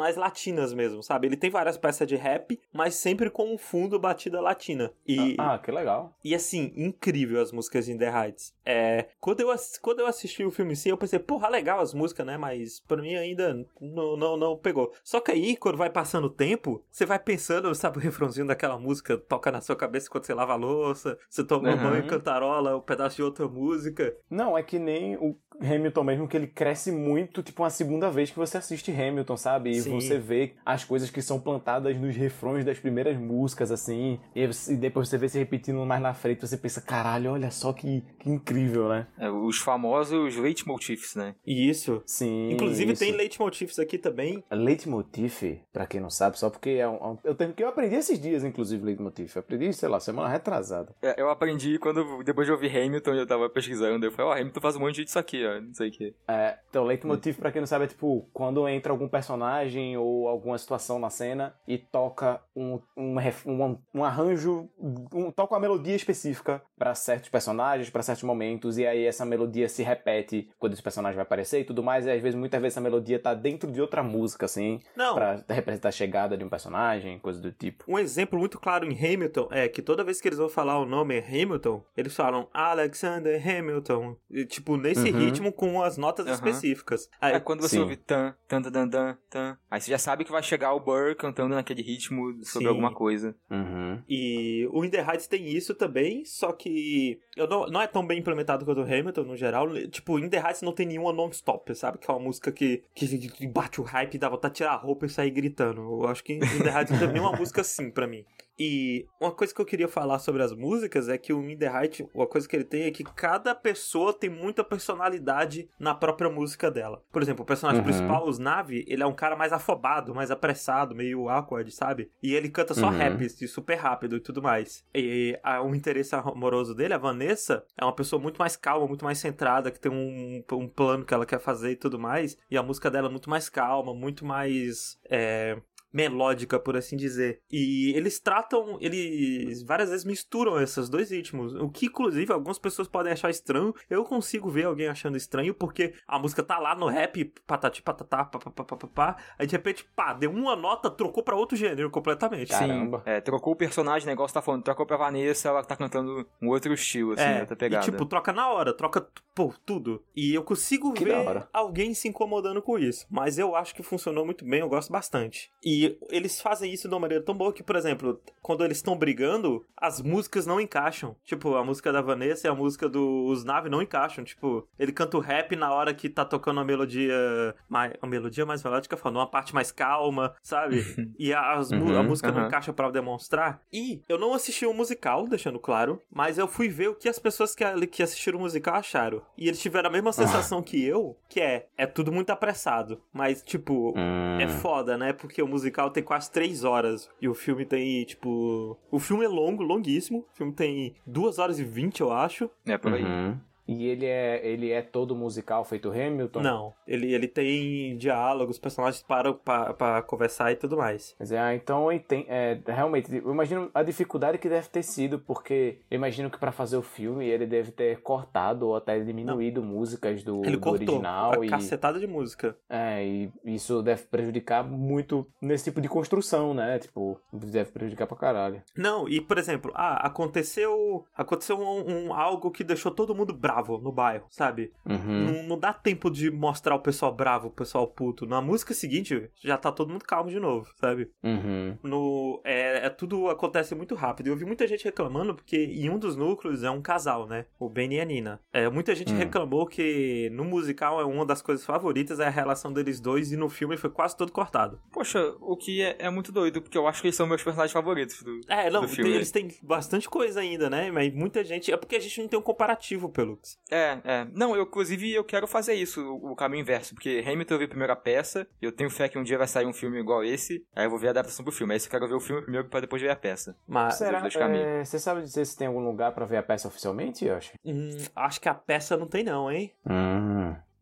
mais latinas mesmo, sabe? Ele tem várias peças de rap, mas sempre com um fundo batida latina. E, Ah, que legal. e assim, incrível as músicas de In The Heights. É, quando, eu, ass- quando eu assisti o filme em si, eu pensei, porra, legal as músicas, né? Mas pra mim ainda não, não, não pegou. Só que aí, quando vai passando o tempo, você vai pensando, sabe, o refrãozinho daquela música toca na sua cabeça quando você lava a louça, você toma Uhum. banho e cantarola um pedaço de outra música. Não, é que nem o Hamilton mesmo, que ele cresce muito, tipo, uma segunda vez que você assiste Hamilton, sabe? E Sim. você vê as coisas que são plantadas nos refrões das primeiras músicas, assim, e você- e depois você vê se repetindo mais na frente, você pensa, caralho, olha só que, que incrível, né? É, os famosos leitmotifs, né? E isso. Sim, Inclusive isso. tem leitmotifs aqui também. Leitmotiv, pra quem não sabe, só porque é um, é um é um termo que eu aprendi esses dias, inclusive, leitmotiv. Eu aprendi, sei lá, semana retrasada. É, eu aprendi quando, depois de ouvir Hamilton, eu tava pesquisando, eu falei, ó, Hamilton faz um monte disso aqui, ó, não sei o que. É, então, leitmotiv, pra quem não sabe, é tipo, quando entra algum personagem ou alguma situação na cena e toca um, um, ref- um, um arranjo, um, toca uma melodia específica pra certos personagens, pra certos momentos, e aí essa melodia se repete quando esse personagem vai aparecer e tudo mais, e às vezes, muitas vezes essa melodia tá dentro de outra música, assim, Não. pra representar a chegada de um personagem, coisa do tipo. Um exemplo muito claro em Hamilton é que toda vez que eles vão falar o nome Hamilton, eles falam Alexander Hamilton. E, tipo, nesse Uhum. ritmo com as notas Uhum. específicas. Aí, É quando você sim. ouve tan, tan, tan, tan, tan, aí você já sabe que vai chegar o Burr cantando naquele ritmo sobre Sim. alguma coisa. Uhum. E o In The Heights tem isso também, só que eu não, não é tão bem implementado quanto o Hamilton no geral. Tipo, In The Heights não tem nenhuma non-stop, sabe? Que é uma música que, que, que bate o hype e dá vontade de tirar a roupa e sair gritando. Eu acho que In The Heights não tem nenhuma música assim pra mim. E uma coisa que eu queria falar sobre as músicas é que o In The Heights, uma coisa que ele tem é que cada pessoa tem muita personalidade na própria música dela. Por exemplo, o personagem Uhum. principal, os Navi, ele é um cara mais afobado, mais apressado, meio awkward, sabe? E ele canta só Uhum. rap, e super rápido e tudo mais. E a, o interesse amoroso dele, a Vanessa, é uma pessoa muito mais calma, muito mais centrada, que tem um, um plano que ela quer fazer e tudo mais. E a música dela é muito mais calma, muito mais... É, melódica, por assim dizer. E eles tratam, eles várias vezes misturam esses dois ritmos, o que inclusive algumas pessoas podem achar estranho. Eu consigo ver alguém achando estranho, porque a música tá lá no rap, patati patatá, papapá, aí de repente, pá, deu uma nota, trocou pra outro gênero completamente. Caramba. Sim, é, trocou o personagem, o negócio tá falando, trocou pra Vanessa, ela tá cantando um outro estilo, assim, É, outra e pegada. tipo, troca na hora, troca, pô, tudo. E eu consigo Que da ver hora. alguém se incomodando com isso. Mas eu acho que funcionou muito bem, eu gosto bastante. E eles fazem isso de uma maneira tão boa que, por exemplo, quando eles estão brigando, as músicas não encaixam. Tipo, a música da Vanessa e a música dos Nave não encaixam. Tipo, ele canta o rap na hora que tá tocando uma melodia mais, uma melodia mais melódica, falando uma parte mais calma, sabe? E as, mu- a Uhum, música não uhum. encaixa pra demonstrar. E eu não assisti o musical, deixando claro, mas eu fui ver o que as pessoas que, que assistiram o musical acharam. E eles tiveram a mesma sensação que eu, que é, é tudo muito apressado. Mas, tipo, Hum. é foda, né? Porque o musical tem quase três horas. E o filme tem, tipo... O filme é longo, longuíssimo. O filme tem duas horas e vinte, eu acho. É, por aí. Uhum. E ele é, ele é todo musical feito Hamilton? Não. Ele, ele tem diálogos, os personagens param pra, pra conversar e tudo mais. Mas é, ah, então eu enten- é, realmente, eu imagino a dificuldade que deve ter sido, porque eu imagino que pra fazer o filme ele deve ter cortado ou até diminuído músicas do, Ele do cortou original. a E, cacetada de música. é, e isso deve prejudicar muito nesse tipo de construção, né? Tipo, deve prejudicar pra caralho. Não, e por exemplo, ah, aconteceu, aconteceu um, um- algo que deixou todo mundo bravo no bairro, sabe? Uhum. Não, não dá tempo de mostrar o pessoal bravo, o pessoal puto. Na música seguinte, já tá todo mundo calmo de novo, sabe? Uhum. No, é, é tudo acontece muito rápido. Eu vi muita gente reclamando porque em um dos núcleos é um casal, né? O Ben e a Nina. É, muita gente Hum. reclamou que no musical é uma das coisas favoritas é a relação deles dois e no filme foi quase todo cortado. Poxa, o que é, é muito doido, porque eu acho que eles são meus personagens favoritos do, É, não, do filme. tem- eles têm bastante coisa ainda, né? Mas muita gente... É porque a gente não tem um comparativo, Pelux. É, é. Não, eu, inclusive, eu quero fazer isso, o, o caminho inverso, porque Hamilton eu vi primeiro a peça, eu tenho fé que um dia vai sair um filme igual esse, aí eu vou ver a adaptação pro filme. Aí eu quero ver o filme primeiro pra depois ver a peça. Mas Será? dois caminhos. É, você sabe dizer se tem algum lugar pra ver a peça oficialmente, Yoshi? hum, acho que a peça não tem não, hein? Hum.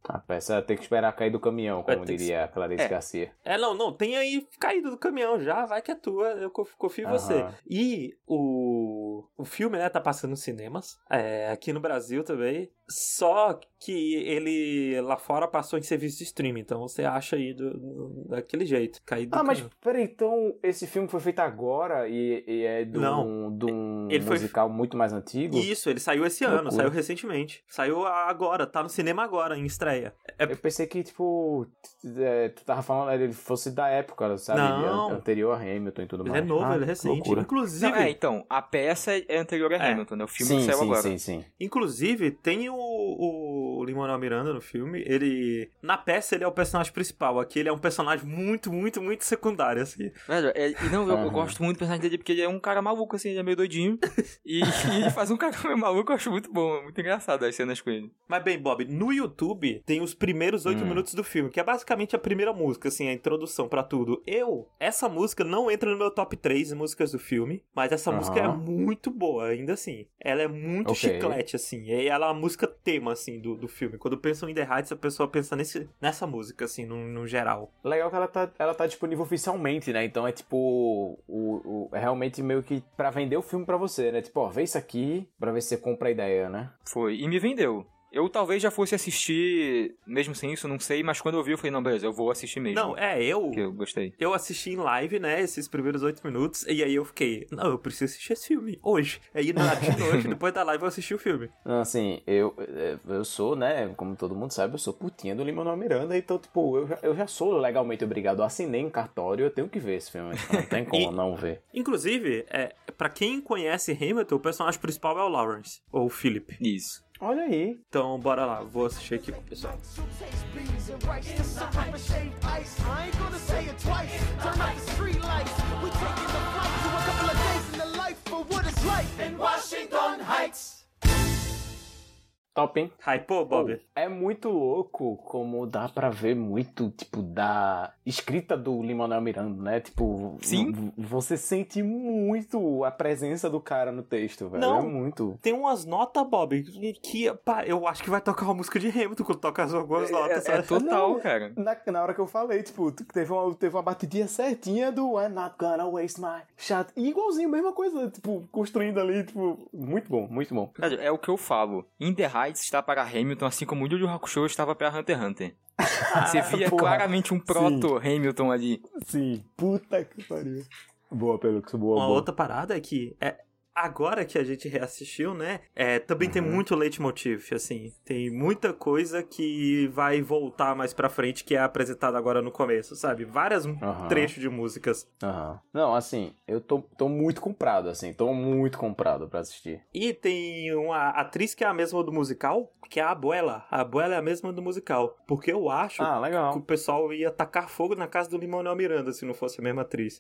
A peça tem que esperar cair do caminhão, como diria a Clarice é. Garcia. É, não, não, tem aí caído do caminhão já, vai que é tua, eu confio em você. E o, o filme, né, tá passando nos cinemas, é, aqui no Brasil também, só que ele lá fora passou em serviço de streaming, então você acha aí do, do, daquele jeito, caído do Ah, mas caminhão. peraí, então esse filme foi feito agora e, e é de um, de um ele musical foi... muito mais antigo? Isso, ele saiu esse Loucura. ano, saiu recentemente. Saiu agora, tá no cinema agora, em estreia. É... Eu pensei que, tipo, é, tu tava falando ele fosse da época, sabe? Não. Anterior a Hamilton e tudo mais. Ele é novo, ah, ele é recente. Loucura. Inclusive... Não, é, então, a peça é anterior a Hamilton, é. né? O filme sim, que saiu sim, agora. Sim, sim, Inclusive, tem o, o Lin-Manuel Miranda no filme, ele... Na peça, ele é o personagem principal. Aqui, ele é um personagem muito, muito, muito secundário, assim. Velho, é, e não, eu, uhum. eu gosto muito do personagem dele porque ele é um cara maluco, assim, ele é meio doidinho. e, e ele faz um cara meio maluco, eu acho muito bom, muito engraçado as cenas com ele. Mas bem, Bob, no YouTube tem os primeiros oito hum. minutos do filme, que é basicamente a primeira música, assim, a introdução pra tudo. Eu, essa música não entra no meu top três músicas do filme, mas essa uhum. música é muito boa, ainda assim. Ela é muito okay. chiclete, assim, e ela é a música tema, assim, do, do filme. Quando pensam em The Heights, a pessoa pensa nesse, nessa música, assim, no, no geral. Legal que ela tá, ela tá disponível oficialmente, né? Então é tipo, o, o, é realmente meio que pra vender o filme pra você, né? Tipo, ó, vê isso aqui pra ver se você compra a ideia, né? Foi, e me vendeu. Eu talvez já fosse assistir, mesmo sem isso, não sei, mas quando eu vi eu falei, não, beleza, eu vou assistir mesmo. Não, é, eu... Que eu gostei. Eu assisti em live, né, esses primeiros oito minutos, e aí eu fiquei, não, eu preciso assistir esse filme, hoje. Aí na de noite, depois da live, eu assisti o filme. Não, assim, eu, eu sou, né, como todo mundo sabe, eu sou putinha do Lin-Manuel Miranda, então, tipo, eu já, eu já sou legalmente obrigado, eu assinei em cartório, eu tenho que ver esse filme, então não tem como e, não ver. Inclusive, é, pra quem conhece Hamilton, o personagem principal é o Lawrence, ou o Philip. Isso. Olha aí. Então, bora lá. Vou assistir aqui com o pessoal. Top, hein? Hypou, Bob? Oh, é muito louco como dá pra ver muito, tipo, da escrita do Lin-Manuel Miranda, né? Tipo, sim. Você sente muito a presença do cara no texto, velho. Não, é muito. Tem umas notas, Bob, que pá, eu acho que vai tocar uma música de Hamilton quando toca as algumas notas. É, é total, não, cara. Na, na hora que eu falei, tipo, teve uma, teve uma batidinha certinha do I'm not gonna waste my shot. E igualzinho, mesma coisa, tipo, construindo ali, tipo, muito bom, muito bom. É o que eu falo. In The Heights está para Hamilton, assim como o Yu Yu Hakusho estava para Hunter x Hunter. Você via Porra, claramente um proto-Hamilton ali. Sim, puta que pariu. Boa, Pelux, boa, Uma boa. outra parada é que... É... Agora que a gente reassistiu, né, é, também uhum. tem muito leitmotiv, assim, tem muita coisa que vai voltar mais pra frente, que é apresentada agora no começo, sabe? Vários uhum. trechos de músicas. Uhum. Não, assim, eu tô, tô muito comprado, assim, tô muito comprado pra assistir. E tem uma atriz que é a mesma do musical, que é a Abuela. A Abuela é a mesma do musical, porque eu acho ah, legal. que o pessoal ia tacar fogo na casa do Lin-Manuel Miranda se não fosse a mesma atriz.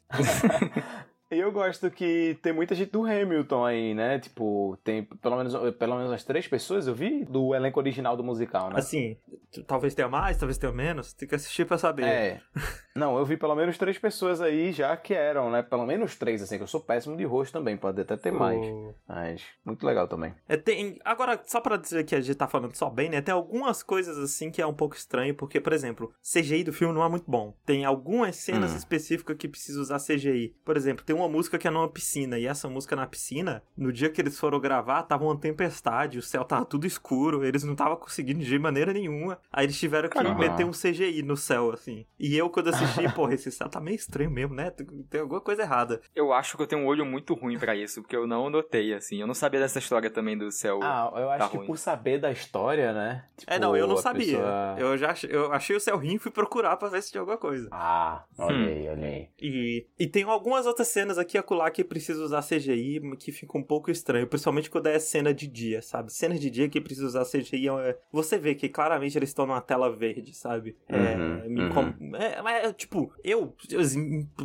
E eu gosto que tem muita gente do Hamilton aí, né? Tipo, tem pelo menos, pelo menos umas três pessoas, eu vi, do elenco original do musical, né? Assim, talvez tenha mais, talvez tenha menos, tem que assistir pra saber. É. Não, eu vi pelo menos três pessoas aí já que eram, né? Pelo menos três, assim, que eu sou péssimo de rosto também, pode até ter mais. Oh. Mas, muito legal também. É, tem, agora, só pra dizer que a gente tá falando só bem, né? Tem algumas coisas, assim, que é um pouco estranho, porque, por exemplo, C G I do filme não é muito bom. Tem algumas cenas hum. específicas que precisa usar C G I. Por exemplo, tem uma música que é numa piscina, e essa música na piscina, no dia que eles foram gravar, tava uma tempestade, o céu tava tudo escuro, eles não estavam conseguindo de maneira nenhuma, aí eles tiveram que uhum. meter um C G I no céu, assim. E eu, quando assisti, porra, esse céu tá meio estranho mesmo, né? Tem alguma coisa errada. Eu acho que eu tenho um olho muito ruim pra isso, porque eu não notei, assim, eu não sabia dessa história também do céu. Ah, eu acho tá que ruim. Por saber da história, né? Tipo, é, não, eu não sabia. Pessoa... Eu já eu achei o céu ruim e fui procurar pra ver se tinha alguma coisa. Ah, olhei, hum. olhei. E, e tem algumas outras cenas aqui e acolá que precisa usar C G I, que fica um pouco estranho, principalmente quando é cena de dia, sabe? Cena de dia que precisa usar C G I, é... você vê que claramente eles estão numa tela verde, sabe? Uhum, é, me uhum. com... é, é, tipo, eu, eu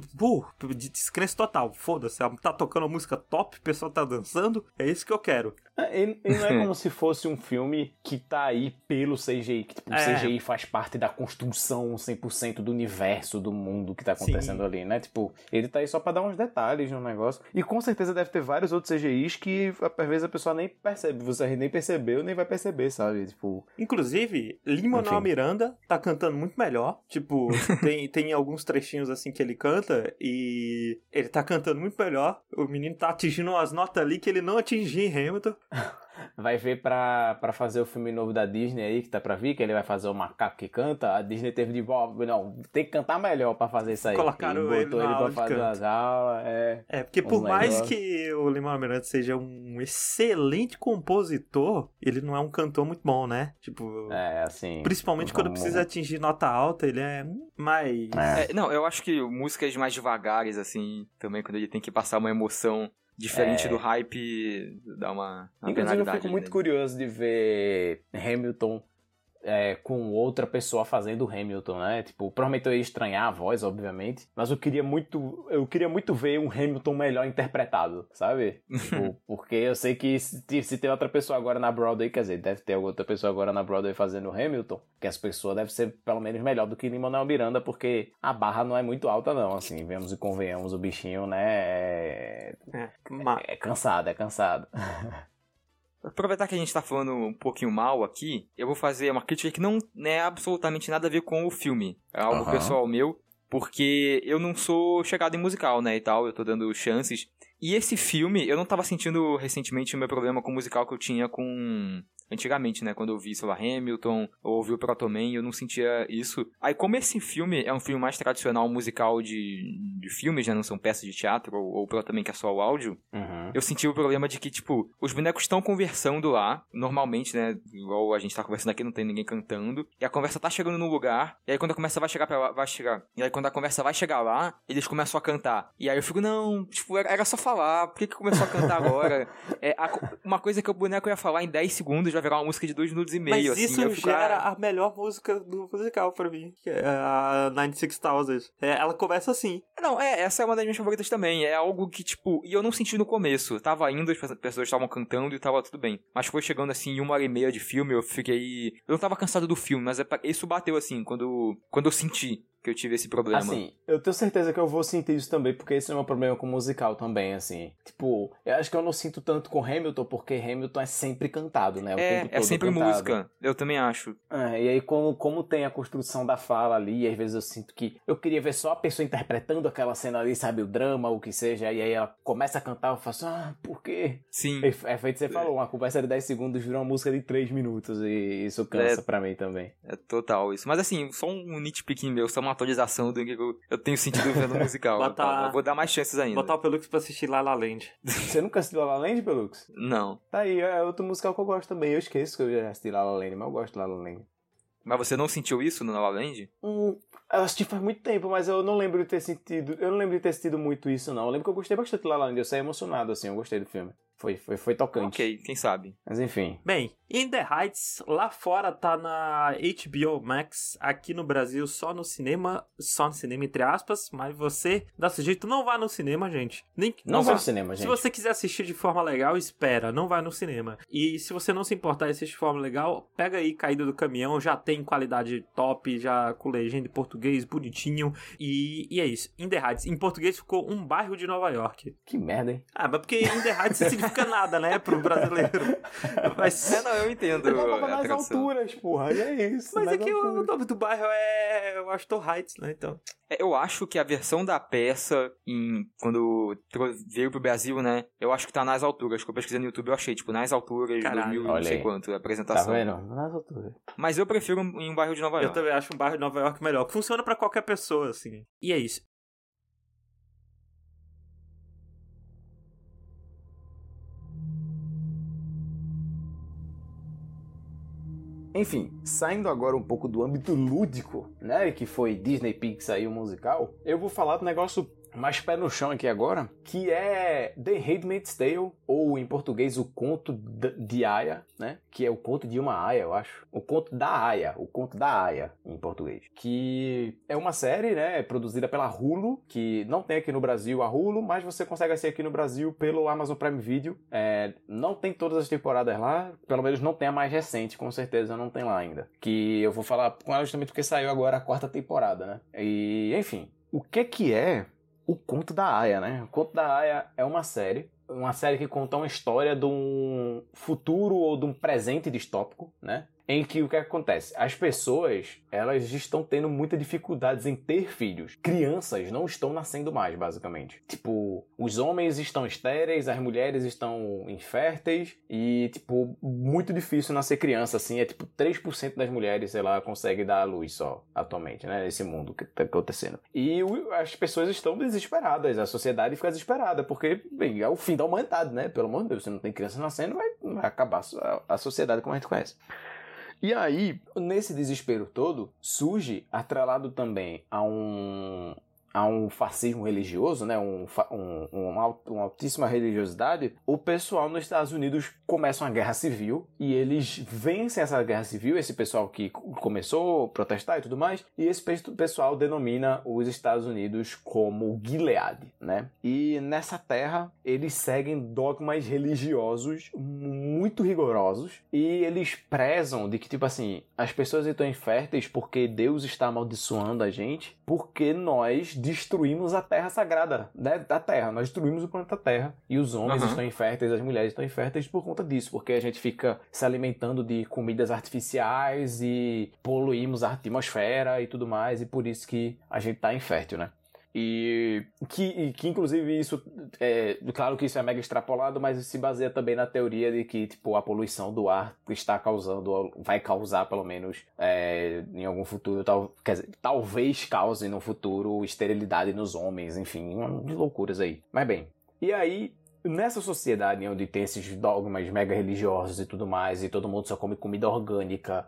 uh, de descrença total, foda-se, tá tocando uma música top, o pessoal tá dançando, é isso que eu quero. E, e não é como se fosse um filme que tá aí pelo C G I, que tipo, o É. C G I faz parte da construção cem por cento do universo, do mundo que tá acontecendo Sim. ali, né? Tipo, ele tá aí só pra dar uns detalhes no negócio. E com certeza deve ter vários outros C G Is que às vezes a pessoa nem percebe, você nem percebeu, nem vai perceber, sabe? Tipo, Inclusive, Lin-Manuel Enfim. Miranda tá cantando muito melhor. Tipo, tem, tem alguns trechinhos assim que ele canta e ele tá cantando muito melhor. O menino tá atingindo umas notas ali que ele não atingia em Hamilton. vai ver pra, pra fazer o filme novo da Disney aí, que tá pra vir, que ele vai fazer o macaco que canta. A Disney teve de volta, não, tem que cantar melhor pra fazer isso aí. Colocaram e ele botou na ele aula pra de fazer canto. as aulas, é. É, porque por Um mais negócio. que o Lin-Manuel Miranda seja um excelente compositor, ele não é um cantor muito bom, né? Tipo, É, assim. principalmente quando vamos- precisa atingir nota alta, ele é mais... É. É, não, eu acho que músicas mais devagares, assim, também quando ele tem que passar uma emoção diferente É. do hype, dá uma, uma Inclusive, eu penalidade fico ali, muito né? curioso de ver Hamilton é, com outra pessoa fazendo o Hamilton, né? Tipo, provavelmente eu ia estranhar a voz, obviamente, mas eu queria muito, eu queria muito ver um Hamilton melhor interpretado, sabe? Tipo, porque eu sei que se, se tem outra pessoa agora na Broadway, quer dizer, deve ter outra pessoa agora na Broadway fazendo o Hamilton, que essa pessoa deve ser pelo menos melhor do que Lin-Manuel Miranda, porque a barra não é muito alta não, assim, vemos e convenhamos, o bichinho, né, é, É, ma- é cansado, é cansado. Aproveitar que a gente tá falando um pouquinho mal aqui, eu vou fazer uma crítica que não é absolutamente nada a ver com o filme. É algo Aham. pessoal meu, porque eu não sou chegado em musical, né, e tal, eu tô dando chances. E esse filme, eu não tava sentindo recentemente o meu problema com o musical que eu tinha com... Antigamente, né, quando eu vi, sei lá, Hamilton, ou ouvi o Protoman, eu não sentia isso. Aí, como esse filme é um filme mais tradicional musical de, de filmes, né, não são peças de teatro, ou, ou o Protoman que é só o áudio, Uhum. eu senti o problema de que, tipo, os bonecos estão conversando lá, normalmente, né, igual a gente tá conversando aqui, não tem ninguém cantando, e a conversa tá chegando no lugar, e aí quando a conversa vai chegar pra lá, vai chegar, e aí quando a conversa vai chegar lá, eles começam a cantar. E aí eu fico, não, tipo, era, era só falar, por que que começou a cantar agora? É, a- uma coisa que o boneco ia falar em dez segundos vai virar uma música de dois minutos e meio, Mas assim. isso eu fico, gera ah, a melhor música do musical pra mim, que é a noventa e seis Thousand. É, ela começa assim. Não, é, essa é uma das minhas favoritas também. É algo que, tipo, e eu não senti no começo. Tava indo, as pe- pessoas estavam cantando e tava tudo bem. Mas foi chegando, assim, em uma hora e meia de filme, eu fiquei... Eu não tava cansado do filme, mas é pa- isso bateu, assim, quando, quando eu senti que eu tive esse problema. Assim, eu tenho certeza que eu vou sentir isso também, porque esse é o meu problema com o musical também, assim. Tipo, eu acho que eu não sinto tanto com Hamilton, porque Hamilton é sempre cantado, né? O é, tempo é todo sempre cantado. música. Eu também acho. É, e aí, como, como tem a construção da fala ali, às vezes eu sinto que eu queria ver só a pessoa interpretando aquela cena ali, sabe, o drama, o que seja, e aí ela começa a cantar, eu faço, ah, por quê? Sim. É feito que você falou, uma conversa de dez segundos vira uma música de três minutos, e isso cansa É. pra mim também. É total isso. Mas assim, só um nitpicking meu, só uma atualização do que eu, eu tenho sentido vendo o musical. Botar- Tá? Eu vou dar mais chances ainda. Botar o Pelux pra assistir La La Land. Você nunca assistiu La La Land, Pelux? Não. Tá aí, é outro musical que eu gosto também. Eu esqueço que eu já assisti La La Land, mas eu gosto de La La Land. Mas você não sentiu isso no La La Land? Hum, eu assisti faz muito tempo, mas eu não lembro de ter sentido. Eu não lembro de ter sentido muito isso, não. Eu lembro que eu gostei bastante de La La Land. Eu saí emocionado, assim, eu gostei do filme. Foi, foi, foi tocante. Ok, quem sabe. Mas enfim. Bem, In The Heights, lá fora tá na H B O Max, aqui no Brasil só no cinema, só no cinema entre aspas, mas você, desse jeito, não vá no cinema, gente. Nem, Não, não vai vá. ao cinema, Se gente. você quiser assistir de forma legal, espera, não vai no cinema. E se você não se importar e assistir de forma legal, pega aí Caída do Caminhão, já tem qualidade top, já com legenda em português, bonitinho, e, e é isso. In The Heights, em português ficou um bairro de Nova York. Que merda, hein? Ah, mas porque In The Heights não significa nada, né, pro brasileiro. Mas... É, não, eu entendo Eu tava a nas tradução. alturas, porra. E é isso. Mas nas é que o alturas. nome do bairro é Washington Heights, né? Então. É, eu acho que a versão da peça, em, quando tro- veio pro Brasil, né? Eu acho que tá nas alturas. Que eu pesquisei no YouTube, eu achei, tipo, nas alturas, Caralho, dois mil, não olha sei aí. quanto, a Tá apresentação. vendo? Nas alturas. Mas eu prefiro em um bairro de Nova Eu York. também acho um bairro de Nova York melhor. Que funciona pra qualquer pessoa, assim. E é isso. Enfim, saindo agora um pouco do âmbito lúdico, né, que foi Disney Pixar e o musical, eu vou falar do negócio mais pé no chão aqui agora, que é The Handmaid's Tale, ou em português o Conto de Aya, né? Que é o conto de uma Aya, eu acho. O Conto da Aya, o Conto da Aya, em português. Que é uma série, né, produzida pela Hulu, que não tem aqui no Brasil a Hulu, mas você consegue assistir aqui no Brasil pelo Amazon Prime Video. É, não tem todas as temporadas lá, pelo menos não tem a mais recente, com certeza não tem lá ainda. Que eu vou falar com ela justamente porque saiu agora a quarta temporada, né? E, enfim, o que que é o Conto da Aya, né? O Conto da Aya é uma série, uma série que conta uma história de um futuro ou de um presente distópico, né? Em que o que acontece? As pessoas, elas estão tendo muitas dificuldades em ter filhos. Crianças não estão nascendo mais, basicamente. Tipo, os homens estão estéreis, as mulheres estão inférteis e, tipo, muito difícil nascer criança, assim. É tipo três por cento das mulheres, sei lá, consegue dar à luz só, atualmente, né? Nesse mundo que tá acontecendo. E o, as pessoas estão desesperadas, a sociedade fica desesperada, porque, bem, é o fim da humanidade, né? Pelo amor de Deus, se não tem criança nascendo, vai, vai acabar a, a sociedade como a gente conhece. E aí, nesse desespero todo, surge, atrelado também a um, a um fascismo religioso, né, um, um, um, uma altíssima religiosidade, o pessoal nos Estados Unidos começa uma guerra civil e eles vencem essa guerra civil, esse pessoal que começou a protestar e tudo mais, e esse pessoal denomina os Estados Unidos como Gilead, né? E nessa terra eles seguem dogmas religiosos muito rigorosos e eles prezam de que, tipo assim, as pessoas estão inférteis porque Deus está amaldiçoando a gente, porque nós destruímos a terra sagrada, né, da terra, nós destruímos o planeta Terra, e os homens uhum. estão inférteis, as mulheres estão inférteis por conta disso, porque a gente fica se alimentando de comidas artificiais e poluímos a atmosfera e tudo mais, e por isso que a gente tá infértil, né? E que, e que inclusive isso, é, claro que isso é mega extrapolado, mas se baseia também na teoria de que, tipo, a poluição do ar está causando, vai causar pelo menos é, em algum futuro, tal, quer dizer, talvez cause no futuro esterilidade nos homens, enfim, umas loucuras aí. Mas bem, e aí nessa sociedade onde tem esses dogmas mega religiosos e tudo mais, e todo mundo só come comida orgânica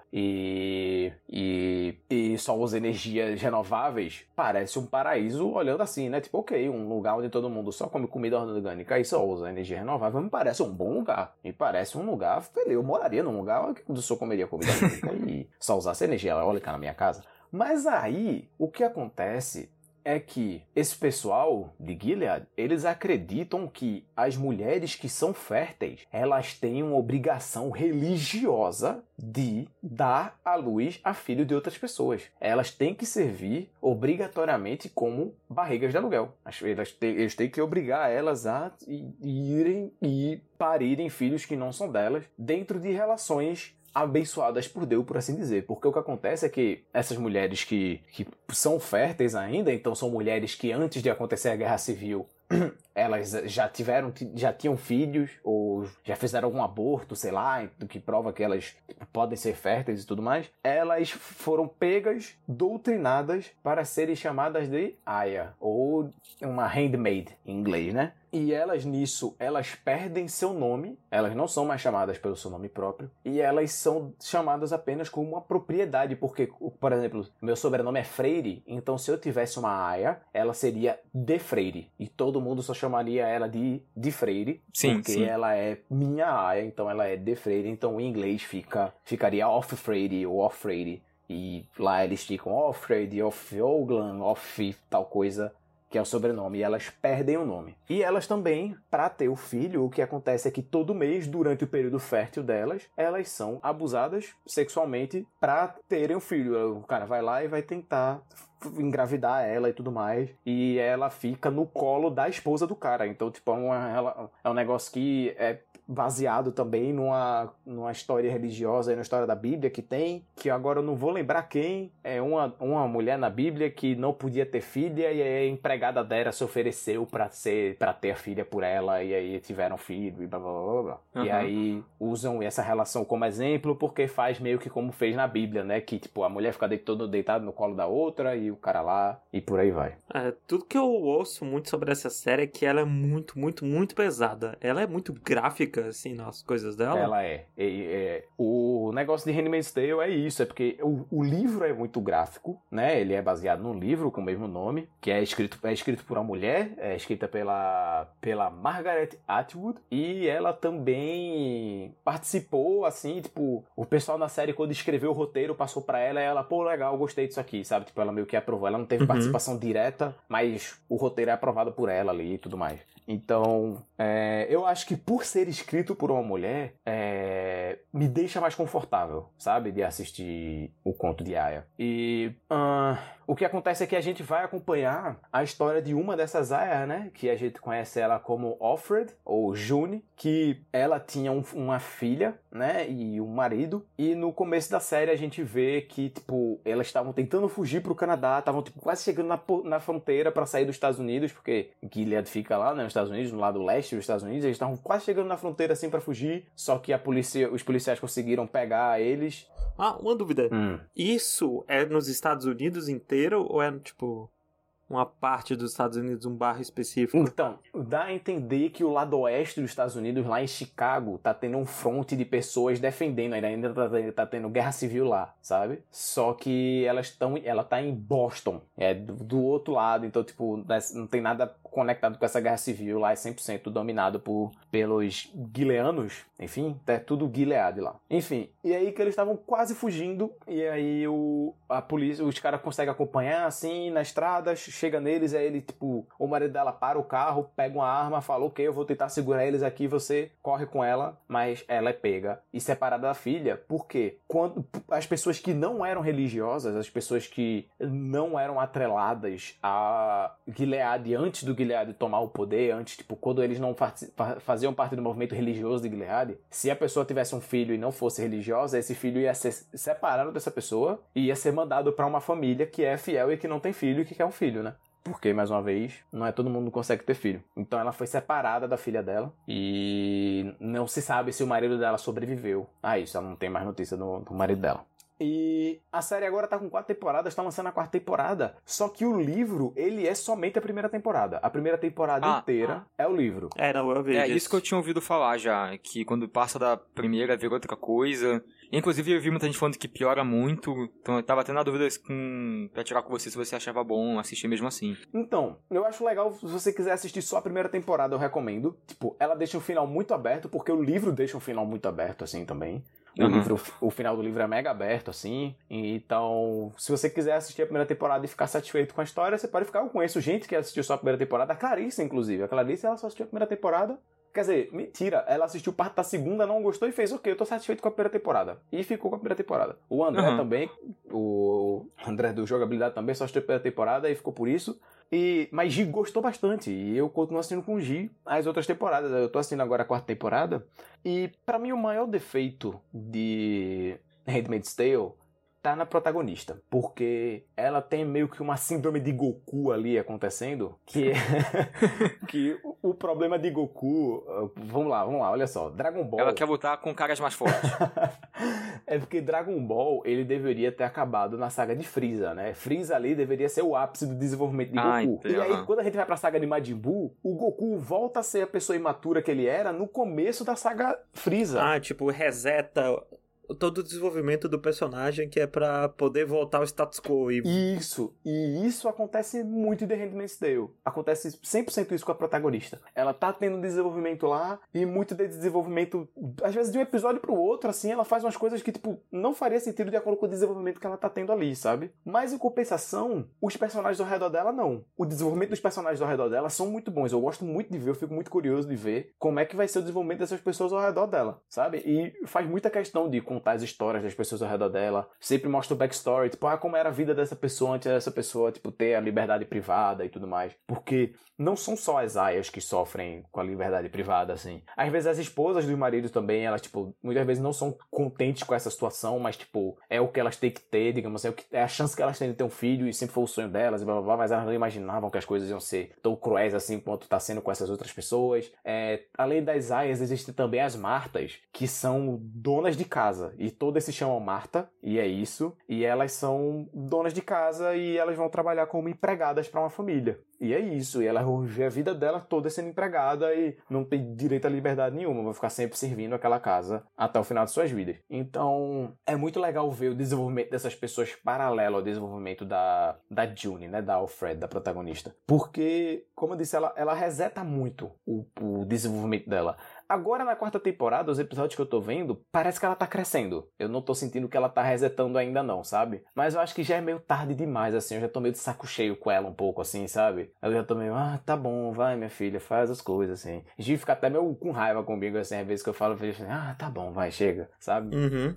e, e, e só usa energias renováveis, parece um paraíso olhando assim, né? Tipo, ok, um lugar onde todo mundo só come comida orgânica e só usa energia renovável, me parece um bom lugar. Me parece um lugar feliz. Eu moraria num lugar onde eu só comeria comida orgânica e só usasse energia eólica na minha casa. Mas aí, o que acontece é que esse pessoal de Gilead, eles acreditam que as mulheres que são férteis, elas têm uma obrigação religiosa de dar à luz a filho de outras pessoas. Elas têm que servir obrigatoriamente como barrigas de aluguel. Elas têm, eles têm que obrigar elas a irem e parirem filhos que não são delas dentro de relações abençoadas por Deus, por assim dizer. Porque o que acontece é que essas mulheres que, que são férteis ainda, então são mulheres que antes de acontecer a guerra civil, elas já tiveram, já tinham filhos, ou já fizeram algum aborto, sei lá, do que prova que elas podem ser férteis e tudo mais, elas foram pegas, doutrinadas para serem chamadas de Aya, ou uma handmaid em inglês, né? E elas nisso, elas perdem seu nome, elas não são mais chamadas pelo seu nome próprio, e elas são chamadas apenas como uma propriedade, porque, por exemplo, meu sobrenome é Freire, então se eu tivesse uma Aya, ela seria de Freire, e todo mundo só chamaria ela de, de Freire, sim, porque sim. ela é minha Aya, então ela é de Freire, então em inglês fica, ficaria off Freire ou off Freire, e lá eles ficam off Freire, off Oglan, off tal coisa, que é o sobrenome, e elas perdem o nome. E elas também, para ter o filho, o que acontece é que todo mês, durante o período fértil delas, elas são abusadas sexualmente para terem o filho. O cara vai lá e vai tentar engravidar ela e tudo mais, e ela fica no colo da esposa do cara. Então, tipo, é, uma, é um negócio que é baseado também numa, numa história religiosa e na história da Bíblia que tem, que agora eu não vou lembrar quem, é uma, uma mulher na Bíblia que não podia ter filha e a empregada dela se ofereceu pra, ser, pra ter a filha por ela, e aí tiveram filho e blá blá blá blá. Uhum. E aí usam essa relação como exemplo porque faz meio que como fez na Bíblia, né, que tipo, a mulher fica toda deitada no colo da outra e o cara lá, e por aí vai. É, tudo que eu ouço muito sobre essa série é que ela é muito, muito, muito pesada. Ela é muito gráfica, assim, nas coisas dela. Ela é. é, é o negócio de Handmaid's Tale é isso, é porque o, o livro é muito gráfico, né? Ele é baseado num livro com o mesmo nome, que é escrito, é escrito por uma mulher, é escrita pela, pela Margaret Atwood, e ela também participou, assim, tipo, o pessoal na série, quando escreveu o roteiro, passou pra ela, e ela, pô, legal, gostei disso aqui, sabe? Tipo, ela meio que aprovou. Ela não teve Uhum. participação direta, mas o roteiro é aprovado por ela ali e tudo mais. Então, é, eu acho que por ser escrito por uma mulher, é, me deixa mais confortável, sabe? De assistir o conto de Aya. E uh, o que acontece é que a gente vai acompanhar a história de uma dessas Aya, né? Que a gente conhece ela como Offred, ou June, que ela tinha um, uma filha, né? E um marido. E no começo da série a gente vê que, tipo, elas estavam tentando fugir pro Canadá, estavam, tipo, quase chegando na, na fronteira pra sair dos Estados Unidos, porque Gilead fica lá, né? Nos Estados Unidos, no lado leste dos Estados Unidos. Eles estavam quase chegando na fronteira, assim, pra fugir. Só que a polícia, os policiais conseguiram pegar eles. Ah, uma dúvida. Hum. Isso é nos Estados Unidos inteiro ou é, tipo, uma parte dos Estados Unidos, um bairro específico? Então, dá a entender que o lado oeste dos Estados Unidos, lá em Chicago, tá tendo um fronte de pessoas defendendo, ainda, ainda tá, tá tendo guerra civil lá, sabe? Só que elas estão, ela tá em Boston, é do, do outro lado, então, tipo, não tem nada conectado com essa guerra civil, lá é cem por cento dominado por, pelos guileanos, enfim, é tudo Gilead lá. Enfim, e aí que eles estavam quase fugindo, e aí o, a polícia, os caras conseguem acompanhar, assim, na estrada, chega neles, aí ele, tipo, o marido dela para o carro, pega uma arma, fala, ok, eu vou tentar segurar eles aqui, você corre com ela, mas ela é pega e separada da filha. Por quê? Quando as pessoas que não eram religiosas, as pessoas que não eram atreladas a Gilead antes do Gilead tomar o poder, antes, tipo, quando eles não faziam parte do movimento religioso de Gilead, se a pessoa tivesse um filho e não fosse religiosa, esse filho ia ser separado dessa pessoa e ia ser mandado para uma família que é fiel e que não tem filho e que quer um filho, né? Porque, mais uma vez, não é todo mundo que consegue ter filho. Então ela foi separada da filha dela e não se sabe se o marido dela sobreviveu a isso. Ela não tem mais notícia do, do marido dela. E a série agora tá com quatro temporadas, tá lançando a quarta temporada. Só que o livro, ele é somente a primeira temporada. A primeira temporada Ah, inteira é o livro. É, não, eu vi É disso. isso que eu tinha ouvido falar já, que quando passa da primeira vira outra coisa. Inclusive eu vi muita gente falando que piora muito, então eu tava tendo a dúvida com, pra tirar com você se você achava bom assistir mesmo assim. Então, eu acho legal, se você quiser assistir só a primeira temporada, eu recomendo. Tipo, ela deixa um final muito aberto, porque o livro deixa um final muito aberto, assim, também. O, Uhum. livro, o final do livro é mega aberto, assim. Então, se você quiser assistir a primeira temporada e ficar satisfeito com a história, você pode ficar. Eu conheço gente que assistiu só a primeira temporada. A Clarice, inclusive. A Clarice, ela só assistiu a primeira temporada. Quer dizer, mentira. Ela assistiu parte da segunda, não gostou e fez, ok, eu tô satisfeito com a primeira temporada. E ficou com a primeira temporada. O André Uhum. também, o André do Jogabilidade também só assistiu a primeira temporada e ficou por isso. E, mas Gi gostou bastante e eu continuo assistindo com Gi as outras temporadas. Eu tô assistindo agora a quarta temporada e pra mim o maior defeito de Handmaid's Tale tá na protagonista, porque ela tem meio que uma síndrome de Goku ali acontecendo, que é que o, o problema de Goku, vamos lá, vamos lá, olha só, Dragon Ball... Ela quer lutar com caras mais fortes. É porque Dragon Ball, ele deveria ter acabado na saga de Freeza, né? Freeza ali deveria ser o ápice do desenvolvimento de Ah, Goku. entendi, E aí, aham. quando a gente vai pra saga de Majin Buu, o Goku volta a ser a pessoa imatura que ele era no começo da saga Freeza. Ah, tipo, reseta todo o desenvolvimento do personagem que é pra poder voltar ao status quo. E... Isso, e isso acontece muito em The Handmaid's Tale. Acontece cem por cento isso com a protagonista. Ela tá tendo desenvolvimento lá, e muito de desenvolvimento, às vezes de um episódio pro outro, assim, ela faz umas coisas que, tipo, não faria sentido de acordo com o desenvolvimento que ela tá tendo ali, sabe? Mas, em compensação, os personagens ao redor dela, não. O desenvolvimento dos personagens ao redor dela são muito bons. Eu gosto muito de ver, eu fico muito curioso de ver como é que vai ser o desenvolvimento dessas pessoas ao redor dela, sabe? E faz muita questão de contar as histórias das pessoas ao redor dela. Sempre mostra o backstory, tipo, ah, como era a vida dessa pessoa antes dessa pessoa, tipo, ter a liberdade privada e tudo mais. Porque não são só as aias que sofrem com a liberdade privada, assim. Às vezes as esposas dos maridos também, elas, tipo, muitas vezes não são contentes com essa situação, mas, tipo, é o que elas têm que ter, digamos assim, é, o que, é a chance que elas têm de ter um filho e sempre foi o sonho delas, e blá blá blá, mas elas não imaginavam que as coisas iam ser tão cruéis assim quanto tá sendo com essas outras pessoas. É, além das aias, existem também as martas, que são donas de casa. casa. E todas se chamam Marta, e é isso. E elas são donas de casa e elas vão trabalhar como empregadas para uma família. E é isso. E ela vê a vida dela toda sendo empregada e não tem direito à liberdade nenhuma. Vai ficar sempre servindo aquela casa até o final de suas vidas. Então, é muito legal ver o desenvolvimento dessas pessoas paralelo ao desenvolvimento da, da June, né? Da Alfred, da protagonista. Porque, como eu disse, ela, ela reseta muito o, o desenvolvimento dela. Agora, na quarta temporada, os episódios que eu tô vendo, parece que ela tá crescendo. Eu não tô sentindo que ela tá resetando ainda não, sabe? Mas eu acho que já é meio tarde demais, assim. Eu já tô meio de saco cheio com ela um pouco, assim, sabe? Eu já tô meio, ah, tá bom, vai, minha filha, faz as coisas, assim. A gente fica até meio com raiva comigo, assim, às vezes que eu falo, eu falo assim, ah, tá bom, vai, chega, sabe? Uhum.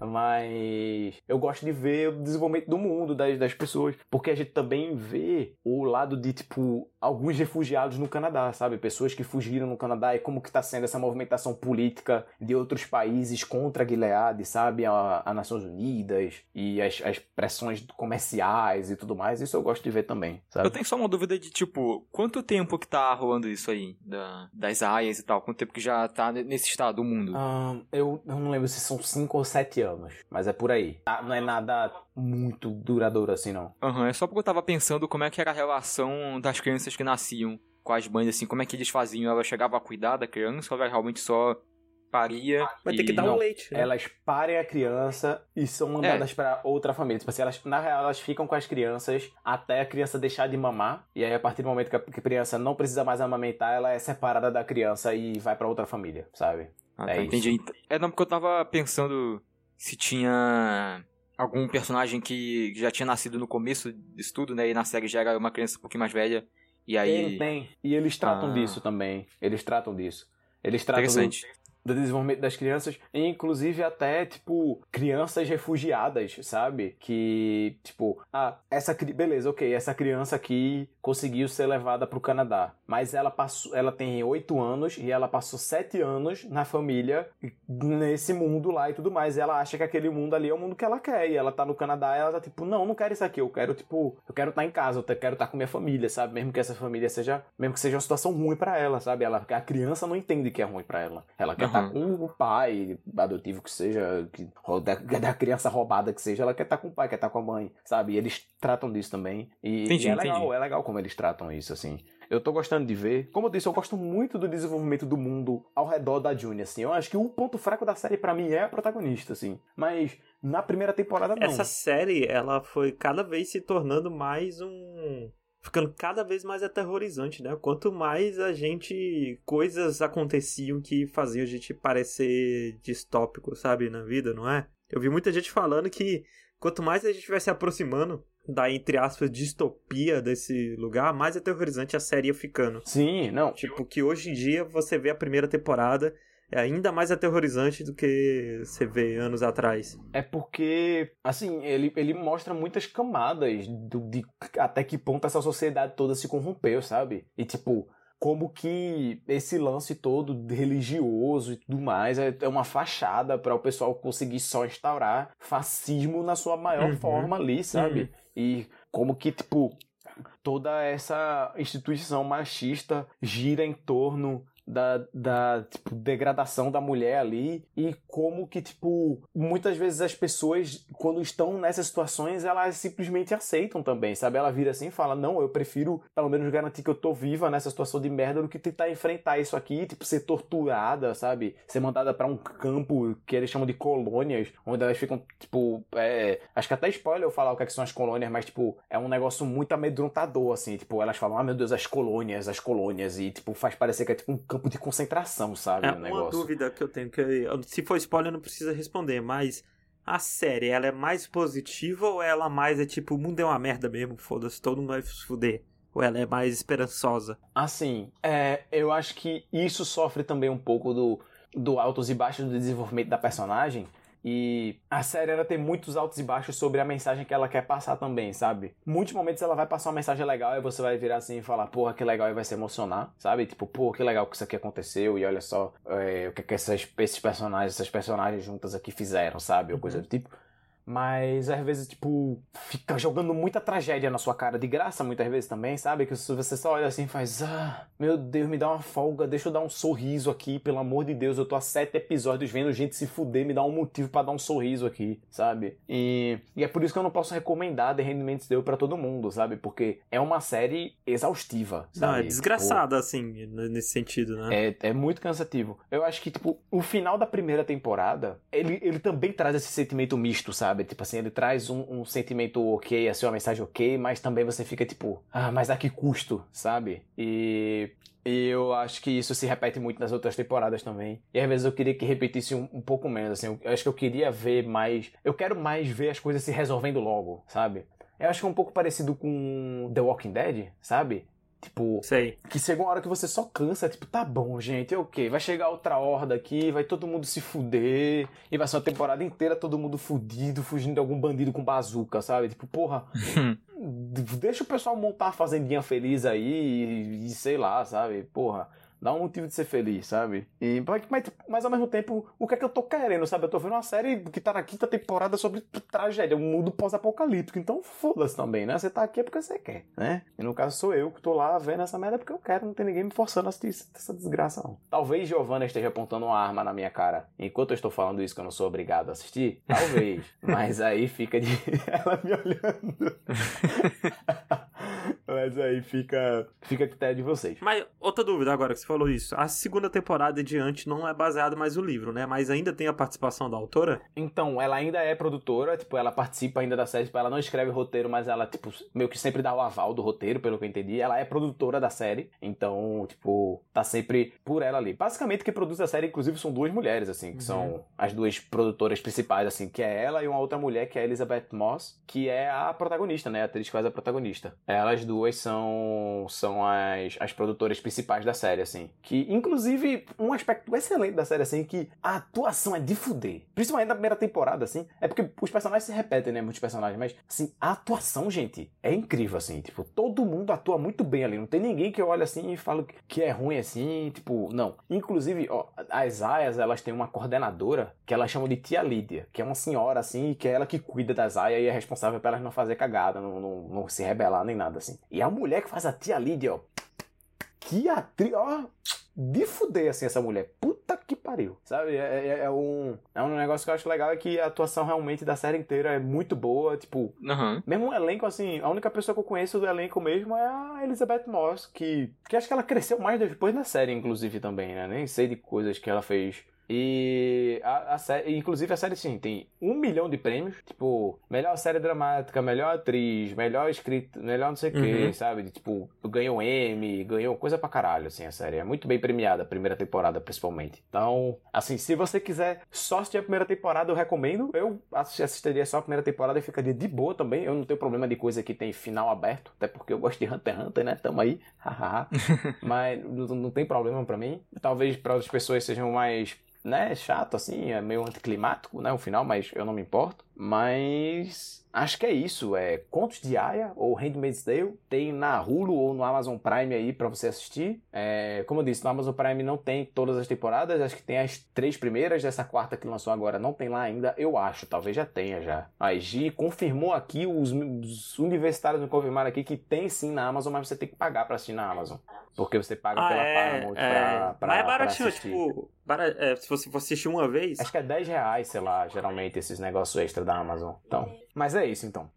Mas eu gosto de ver o desenvolvimento do mundo, das, das pessoas. Porque a gente também vê o lado de, tipo, alguns refugiados no Canadá, sabe? Pessoas que fugiram no Canadá e como que tá sendo essa movimentação política de outros países contra a Gilead, sabe? A, a Nações Unidas e as, as pressões comerciais e tudo mais. Isso eu gosto de ver também, sabe? Eu tenho só uma dúvida de, tipo, quanto tempo que tá rolando isso aí? Da, das aias e tal? Quanto tempo que já tá nesse estado do mundo? Ah, eu, eu não lembro se são cinco ou sete anos, mas é por aí. Ah, não é nada muito duradouro assim, não. Aham, uhum, é só porque eu tava pensando como é que era a relação das crianças que nasciam com as mães, assim, como é que eles faziam? Ela chegava a cuidar da criança ou ela realmente só paria? Vai e... ter que dar Não, um leite, né? Elas parem a criança e são mandadas É. pra outra família. Tipo assim, elas, na real, elas ficam com as crianças até a criança deixar de mamar. E aí, a partir do momento que a que a criança não precisa mais amamentar, ela é separada da criança e vai pra outra família, sabe? Ah, É tá, isso. entendi. É, não, porque eu tava pensando se tinha algum personagem que já tinha nascido no começo disso tudo, né? E na série já era uma criança um pouquinho mais velha. E aí... Tem, tem. E eles tratam Ah. disso também. Eles tratam disso. Eles tratam do, Interessante. do desenvolvimento das crianças, e inclusive até, tipo, crianças refugiadas, sabe? Que, tipo, ah, essa cri- beleza, ok, essa criança aqui conseguiu ser levada pro Canadá, mas ela passou, ela tem oito anos e ela passou sete anos na família, nesse mundo lá e tudo mais, e ela acha que aquele mundo ali é o mundo que ela quer, e ela tá no Canadá e ela tá tipo, não, não quero isso aqui, eu quero, tipo, eu quero estar em casa, eu quero estar com minha família, sabe? Mesmo que essa família seja, mesmo que seja uma situação ruim pra ela, sabe? Ela, a criança não entende que é ruim pra ela. Ela quer estar Uhum. com o pai adotivo que seja, que, da, da criança roubada que seja, ela quer estar com o pai, quer estar com a mãe, sabe? E eles tratam disso também. E, Entendi, e é legal, entendi. é legal como eles tratam isso, assim. Eu tô gostando de ver. Como eu disse, eu gosto muito do desenvolvimento do mundo ao redor da June, assim. Eu acho que o ponto fraco da série, pra mim, é a protagonista, assim. Mas na primeira temporada, não. Essa série, ela foi cada vez se tornando mais um... ficando cada vez mais aterrorizante, né? Quanto mais a gente... coisas aconteciam que faziam a gente parecer distópico, sabe? Na vida, não é? Eu vi muita gente falando que quanto mais a gente vai se aproximando da, entre aspas, distopia desse lugar, mais aterrorizante a série ia ficando. Sim, não. Tipo, que hoje em dia você vê a primeira temporada é ainda mais aterrorizante do que você vê anos atrás. É porque, assim, ele, ele mostra muitas camadas do, de até que ponto essa sociedade toda se corrompeu, sabe? E, tipo, como que esse lance todo religioso e tudo mais é, é uma fachada para o pessoal conseguir só instaurar fascismo na sua maior Uhum. forma ali, sabe? Uhum. E como que, tipo, toda essa instituição machista gira em torno da, da tipo, degradação da mulher ali, e como que, tipo, muitas vezes as pessoas, quando estão nessas situações, elas simplesmente aceitam também, sabe? Ela vira assim e fala, não, eu prefiro pelo menos garantir que eu tô viva nessa situação de merda do que tentar enfrentar isso aqui, tipo, ser torturada, sabe? Ser mandada pra um campo que eles chamam de colônias, onde elas ficam, tipo, é... acho que até spoiler eu falar o que, é que são as colônias, mas, tipo, é um negócio muito amedrontador, assim, tipo, elas falam, ah, meu Deus, as colônias, as colônias, e, tipo, faz parecer que é, tipo, um campo de concentração, sabe? É o uma negócio. dúvida que eu tenho, que eu- se for spoiler não precisa responder, mas a série, ela é mais positiva ou ela mais é tipo, o mundo é uma merda mesmo, foda-se, todo mundo vai se fuder? Ou ela é mais esperançosa? Assim, é, eu acho que isso sofre também um pouco do, do altos e baixos do desenvolvimento da personagem. E a série ela tem muitos altos e baixos sobre a mensagem que ela quer passar também, sabe? Muitos momentos ela vai passar uma mensagem legal e você vai virar assim e falar, porra, que legal, e vai se emocionar, sabe? Tipo, pô, que legal que isso aqui aconteceu e olha só é, o que, que essas, esses personagens, essas personagens juntas aqui fizeram, sabe? Ou coisa do tipo. mas às vezes, tipo, fica jogando muita tragédia na sua cara, de graça muitas vezes também, sabe? Que você só olha assim e faz, ah, meu Deus, me dá uma folga, deixa eu dar um sorriso aqui, pelo amor de Deus, eu tô há sete episódios vendo gente se fuder, me dá um motivo pra dar um sorriso aqui, sabe? E, e é por isso que eu não posso recomendar The Handmaid's Tale pra todo mundo, sabe? Porque é uma série exaustiva, sabe? Não, é desgraçada, tipo, assim, nesse sentido, né? É, é muito cansativo. Eu acho que, tipo, o final da primeira temporada, ele, ele também traz esse sentimento misto, sabe? Tipo assim, ele traz um, um sentimento ok, assim, uma mensagem ok, mas também você fica, tipo, ah, mas a que custo, sabe? E... E eu acho que isso se repete muito nas outras temporadas também. E às vezes eu queria que repetisse um, um pouco menos, assim. Eu acho que eu queria ver mais... Eu quero mais ver as coisas se resolvendo logo, sabe? Eu acho que é um pouco parecido com The Walking Dead, sabe? Tipo, sei. Que chega uma hora que você só cansa, tipo, tá bom, gente, ok, vai chegar outra horda aqui, vai todo mundo se fuder, e vai ser uma temporada inteira todo mundo fudido, fugindo de algum bandido com bazuca, sabe? Tipo, porra, deixa o pessoal montar a fazendinha feliz aí e, e sei lá, sabe? Porra, dá um motivo de ser feliz, sabe? E, mas, mas ao mesmo tempo, o que é que eu tô querendo, sabe? Eu tô vendo uma série que tá na quinta temporada sobre tragédia, um mundo pós-apocalíptico. Então foda-se também, né? Você tá aqui é porque você quer, né? E no caso sou eu que tô lá vendo essa merda porque eu quero. Não tem ninguém me forçando a assistir essa desgraça, não. Talvez Giovanna esteja apontando uma arma na minha cara enquanto eu estou falando isso que eu não sou obrigado a assistir. Talvez. Mas aí fica de... ela me olhando. Mas aí fica, fica a critério de vocês. Mas outra dúvida agora que você falou isso. A segunda temporada em diante não é baseada mais no livro, né? Mas ainda tem a participação da autora? Então, ela ainda é produtora, tipo, ela participa ainda da série, tipo, ela não escreve roteiro, mas ela, tipo, meio que sempre dá o aval do roteiro, pelo que eu entendi. Ela é produtora da série, então, tipo, tá sempre por ela ali. Basicamente, quem produz a série, inclusive, são duas mulheres, assim, que uhum. são as duas produtoras principais, assim, que é ela e uma outra mulher, que é a Elizabeth Moss, que é a protagonista, né? A atriz que faz a protagonista. Elas duas são, são as, as produtoras principais da série, assim. Que, inclusive, um aspecto excelente da série, assim, que a atuação é de fuder. Principalmente na primeira temporada, assim. É porque os personagens se repetem, né? Muitos personagens. Mas, assim, a atuação, gente, é incrível, assim. Tipo, todo mundo atua muito bem ali. Não tem ninguém que olha assim e fala que é ruim, assim. Tipo, não. Inclusive, ó, as aias, elas têm uma coordenadora que elas chamam de Tia Lídia. Que é uma senhora, assim, que é ela que cuida das aias e é responsável pra elas não fazer cagada, não, não, não se rebelar nem nada, assim. E a mulher que faz a Tia Lídia, ó. Que atriz, ó, de fuder, assim, essa mulher. Puta que pariu, sabe? É, é, é, um, é um negócio que eu acho legal, é que a atuação realmente da série inteira é muito boa, tipo... Uhum. Mesmo o elenco, assim, a única pessoa que eu conheço do elenco mesmo é a Elizabeth Moss, que, que acho que ela cresceu mais depois da série, inclusive, também, né? Nem sei de coisas que ela fez... E a, a série, inclusive a série sim, tem um milhão de prêmios, tipo, melhor série dramática, melhor atriz, melhor escrito, melhor não sei o uhum. que, sabe? Tipo, ganhou M, ganhou coisa pra caralho, assim, a série. É muito bem premiada, a primeira temporada, principalmente. Então, assim, se você quiser só assistir a primeira temporada, eu recomendo. Eu assistiria só a primeira temporada e ficaria de boa também. Eu não tenho problema de coisa que tem final aberto, até porque eu gosto de Hunter x Hunter, né? Tamo aí, hahaha. Mas não, não tem problema pra mim. Talvez pra outras pessoas sejam mais... né, chato assim, é meio anticlimático, né, o final, mas eu não me importo. Mas acho que é isso, é Contos de Aia ou Handmaid's Tale, tem na Hulu ou no Amazon Prime aí pra você assistir. É, como eu disse, no Amazon Prime não tem todas as temporadas, acho que tem as três primeiras, dessa quarta que lançou agora não tem lá ainda, eu acho, talvez já tenha já. A Gi confirmou aqui, os, os universitários me confirmaram aqui que tem sim na Amazon, mas você tem que pagar pra assistir na Amazon. Porque você paga ah, pela é, Paramount é. pra, pra, mas é baratinho, pra tipo, bara, é, se você for assistir uma vez... Acho que é dez reais, sei lá, geralmente, esses negócios extra da Amazon. Então, mas é isso, então.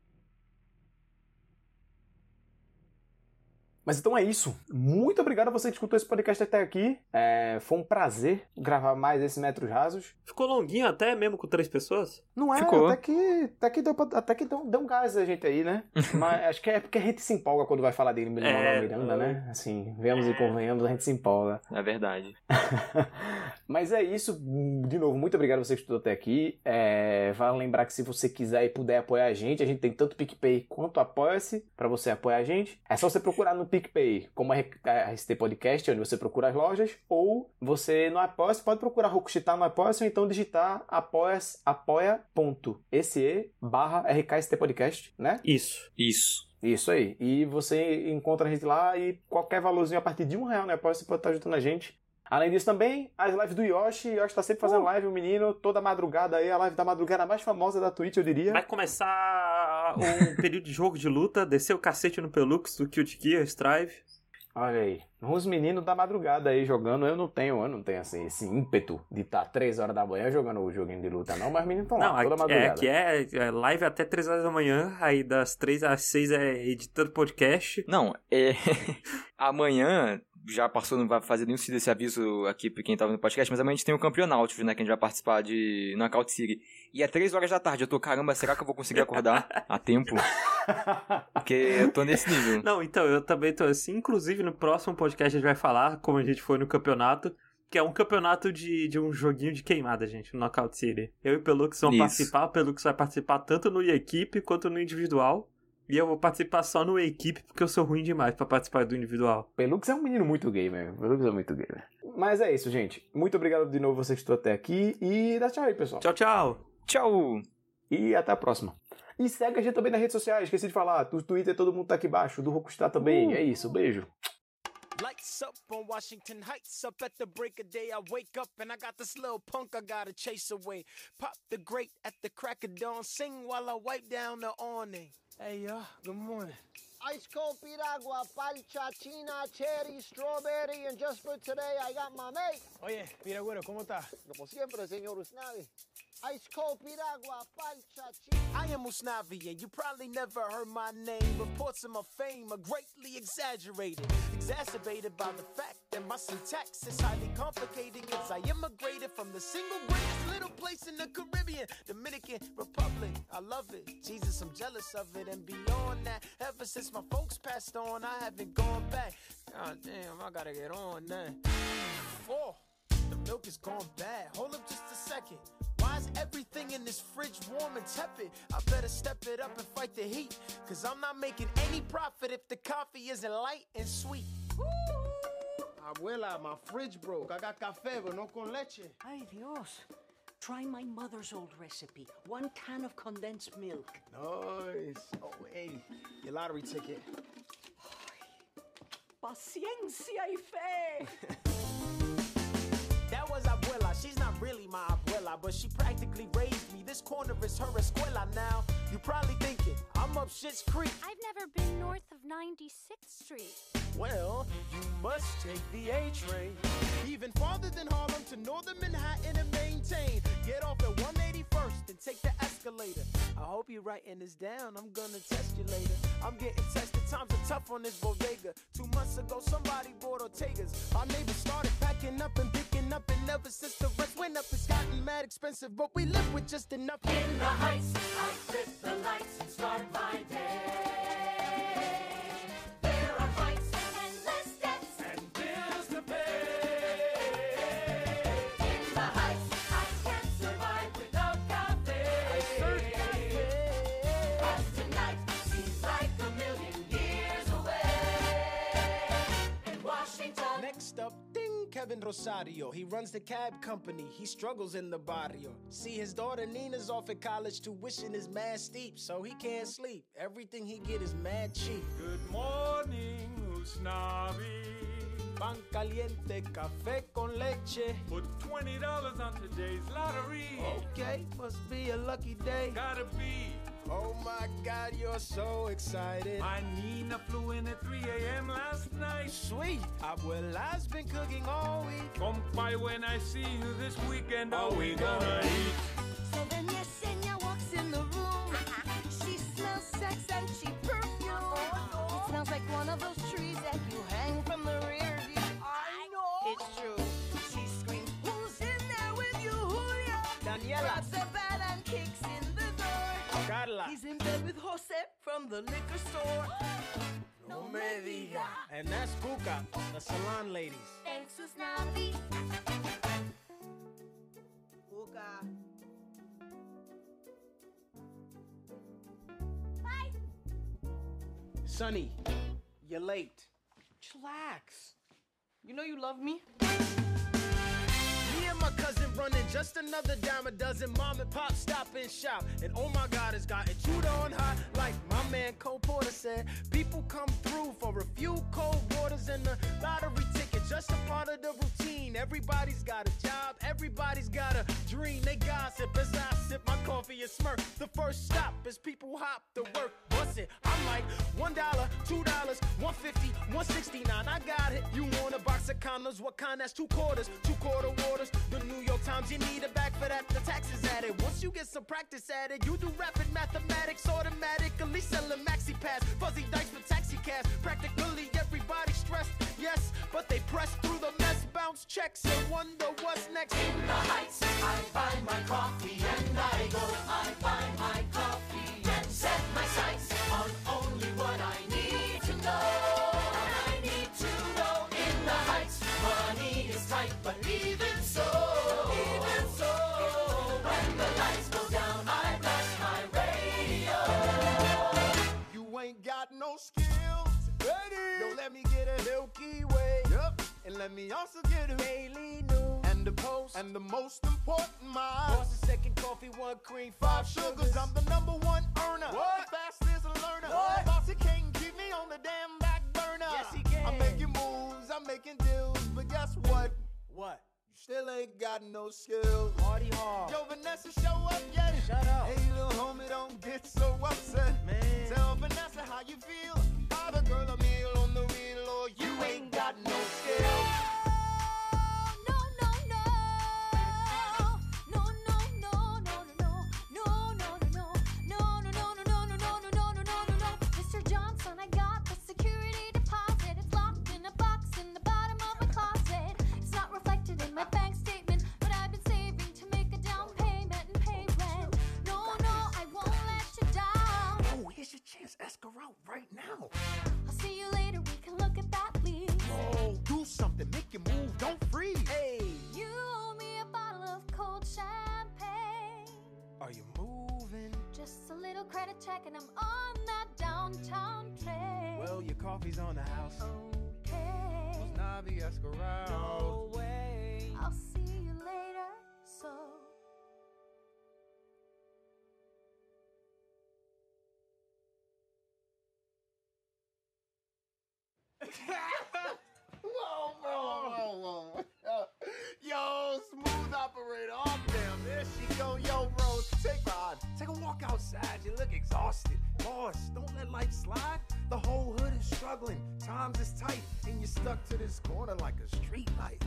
Mas então é isso. Muito obrigado a você que escutou esse podcast até aqui. É, foi um prazer gravar mais esse Metros Rasos. Ficou longuinho até, mesmo com três pessoas? Não é, Ficou. até que, até que, deu, pra, até que deu, deu um gás a gente aí, né? Mas acho que é porque a gente se empolga quando vai falar dele, Lin-Manuel é, Miranda, é. né? Assim, vemos é. e convenhamos, a gente se empolga. É verdade. Mas é isso. De novo, muito obrigado a você que escutou até aqui. É, vale lembrar que se você quiser e puder apoiar a gente, a gente tem tanto PicPay quanto Apoia-se pra você apoiar a gente. É só você procurar no PicPay como a R S T Podcast, onde você procura as lojas, ou você no Apoia-se pode procurar Rokushita no Apoia-se, ou então digitar apoia.se barra R K S T Podcast, né? Isso. Isso. Isso aí. E você encontra a gente lá e qualquer valorzinho a partir de um real no Apoia-se pode estar ajudando a gente Além disso também, as lives do Yoshi. Yoshi tá sempre fazendo uh. live, o menino, toda madrugada aí. A live da madrugada mais famosa da Twitch, eu diria. Vai começar um período de jogo de luta, descer o cacete no Pelux do Cute Gear, Strive. Olha aí, os meninos da madrugada aí jogando, eu não tenho, eu não tenho assim, esse ímpeto de estar tá três horas da manhã jogando o joguinho de luta não, mas os meninos estão lá, toda madrugada. É, aqui é, é live até três horas da manhã, aí das três às seis é editando podcast. Não, é... amanhã... Já passou, não vai fazer nenhum desse aviso aqui pra quem tava no podcast, mas amanhã a gente tem o Campeonato, né, que a gente vai participar de Knockout City. E é três horas da tarde, eu tô, caramba, será que eu vou conseguir acordar a tempo? Porque eu tô nesse nível. Não, então, eu também tô assim, inclusive no próximo podcast a gente vai falar como a gente foi no campeonato, que é um campeonato de, de um joguinho de queimada, gente, no Knockout City. Eu e o Pelux vão Isso. participar, o Pelux vai participar tanto no equipe quanto no individual. E eu vou participar só no equipe, porque eu sou ruim demais pra participar do individual. Pelux é um menino muito gamer. Pelux é muito gamer. Mas é isso, gente. Muito obrigado de novo você que estou até aqui. E dá tchau aí, pessoal. Tchau, tchau. Tchau. E até a próxima. E segue a gente também nas redes sociais. Esqueci de falar. Do Twitter todo mundo tá aqui embaixo. Do Rokustar também. Uh. É isso. Beijo. Lights up on Washington Heights, up at the break of day I wake up and I got this little punk I gotta chase away. Pop the grate at the crack of dawn, sing while I wipe down the awning. Hey y'all, good morning. Ice cold piragua, palcha, china, cherry, strawberry, and just for today I got my mate. Oye, piragüero, ¿cómo está? Como siempre, señor Usnavi. Ice cold piragua, palcha, china. I am Usnavi, and you probably never heard my name. Reports of my fame are greatly exaggerated, exacerbated by the fact that my syntax is highly complicated. Cause I immigrated from the single greatest little place in the Caribbean, Dominican Republic. I love it, Jesus, I'm jealous of it. And beyond that, ever since my folks passed on, I haven't gone back. God damn, I gotta get on that. Oh, the milk is gone bad. Hold up just a second. Why is everything in this fridge warm and tepid? I better step it up and fight the heat, cause I'm not making any profit if the coffee isn't light and sweet. Woo! Abuela, my fridge broke. I got café, but no con leche. Ay, Dios. Try my mother's old recipe. One can of condensed milk. Nice. Oh, hey, your lottery ticket. Paciencia y fe. That was Abuela. She's not really my abuela, but she practically raised me. This corner is her escuela now. You probably thinking, I'm up Schitt's Creek. I've never been north of ninety-sixth Street. Well, you must take the A train. Even farther than Harlem to northern Manhattan and maintain. Get off at one eighty-first and take the escalator. I hope you're writing this down. I'm gonna test you later. I'm getting tested. Times are tough on this bodega. Two months ago, somebody bought Ortega's. Our neighbors started packing up and picking up, and ever since the rent went up, it's gotten mad expensive. But we live with just enough. In the heights, I flip the lights and start my day. There are fights and less debts and bills to pay. In the heights, I can't survive without cafe. I search cafe. But tonight seems like a million years away. In Washington. Next up, ding, Kevin Rosario. He runs the cab company. He struggles in the barrio. See, his daughter Nina's off at college. Tuition is mad steep, so he can't sleep. Everything he get is mad cheap. Good morning, Usnavi. Pan caliente, café con leche. Put twenty dollars on today's lottery. Okay, must be a lucky day. Gotta be. Oh my God, you're so excited. My Nina flew in at three a.m. last night. Sweet. Abuela's been cooking all week. Come by when I see you this weekend. Are we gonna eat? So then Yesenia walks in the room. She smells sex and she perfume. It smells like one of those trees that you hang from the rear view. I know. It's true. She screams, who's in there with you, Julia? Daniela. Grabs a bat and kicks in the door. Carla. He's in bed with Jose from the liquor store. No me diga. And that's Cuca, the salon ladies. Thanks, Usnavi. Cuca. Bye. Sonny, you're late. Chillax. You know you love me? Me and my cousin running just another dime a dozen. Mom and pop stop and shop. And oh my God, it's gotten too darn hot. Like my man Cole Porter said, people come through for a few cold waters and a lottery ticket. Just a part of the routine. Everybody's got a job, everybody's got a dream. They gossip as I sip my coffee and smirk. The first stop is people hop to work. What's it? I'm like one dollar, two dollars, one fifty, one sixty-nine. I got it. You want a box of condoms? What kind? That's two quarters, two quarter waters. The New York Times, you need a bag for that. The taxes added. Once you get some practice at it, you do rapid mathematics automatically. Selling maxi pass, fuzzy dice for taxi cabs. Practically everybody stressed, yes, but they press through the mess, bounce checks and wonder what's next. In the Heights, I find my coffee and I go. I find my coffee and set my sights on only what I need to know. I need to know. In the Heights, money is tight, but even so, even so, when the lights go down, I blast my radio. You ain't got no skills. Ready? Yo, let me get a Milky Way. Yup. And let me also get a Daily News and the Post and the most important mile. What's the second coffee, one cream, five, five sugars. sugars. I'm the number one earner. What? The fastest learner. What? Boss, he can't keep me on the damn back burner. Yes, he can. I'm making moves, I'm making deals, but guess what? What? You still ain't got no skills. Party hard. Yo, Vanessa, show up yet? Shut up. Hey, little homie, don't get so upset. Man. Tell Vanessa how you feel. Buy the girl a meal on the wheel, or you ain't got no skills. Ask her out right now. I'll see you later, we can look at that lead. Oh, do something, make your move, don't freeze. Hey, you owe me a bottle of cold champagne. Are you moving? Just a little credit check and I'm on that downtown train. Well, your coffee's on the house. Okay. It's Navi, ask her out. No way. I'll see you later, so... whoa, whoa, whoa, whoa. Yo, smooth operator. Oh, damn, there she go. Yo, bro, take ride. Take a walk outside. You look exhausted. Boss, don't let life slide. The whole hood is struggling. Times is tight, and you're stuck to this corner like a street light.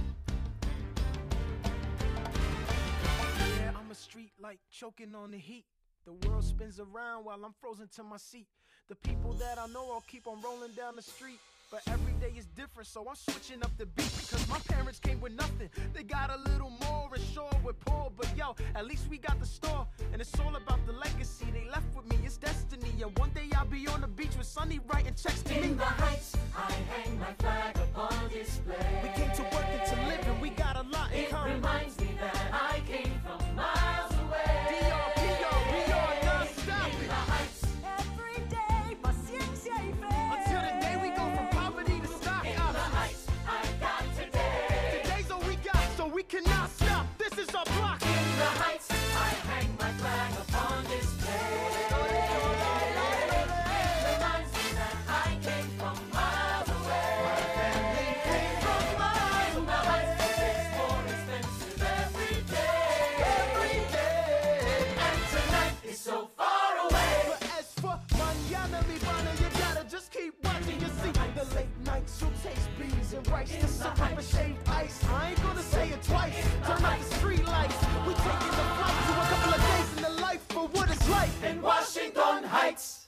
Yeah, I'm a street light choking on the heat. The world spins around while I'm frozen to my seat. The people that I know all keep on rolling down the street. But every day is different, so I'm switching up the beat. Cause my parents came with nothing. They got a little more and sure with poor. But yo, at least we got the store. And it's all about the legacy they left with me. It's destiny. And one day I'll be on the beach with Sunny writing checks to me. In the Heights, I hang my flag upon display. We came to work and to live and we got a lot in it common. It reminds me that I came from miles away. D R P R, we are non-stop. In the Heights, every day, paciencia y fe. Until the day we go from poverty to stock. In the Heights, I got today. Today's all we got, so we cannot stop. This is our block. In the Heights, I hang my flag upon display. It reminds me that I came from miles away. My family came from miles In the Heights, it's more expensive every day. Every day. And tonight is so far away. But as for mañana, mi pana, you gotta just keep watching. You see the late night soup taste beans and rice. The syrup and shaved ice. I ain't gonna say it twice. Turn out the street lights. We taking the flight to a couple of days in the life for what it's like In Washington Heights.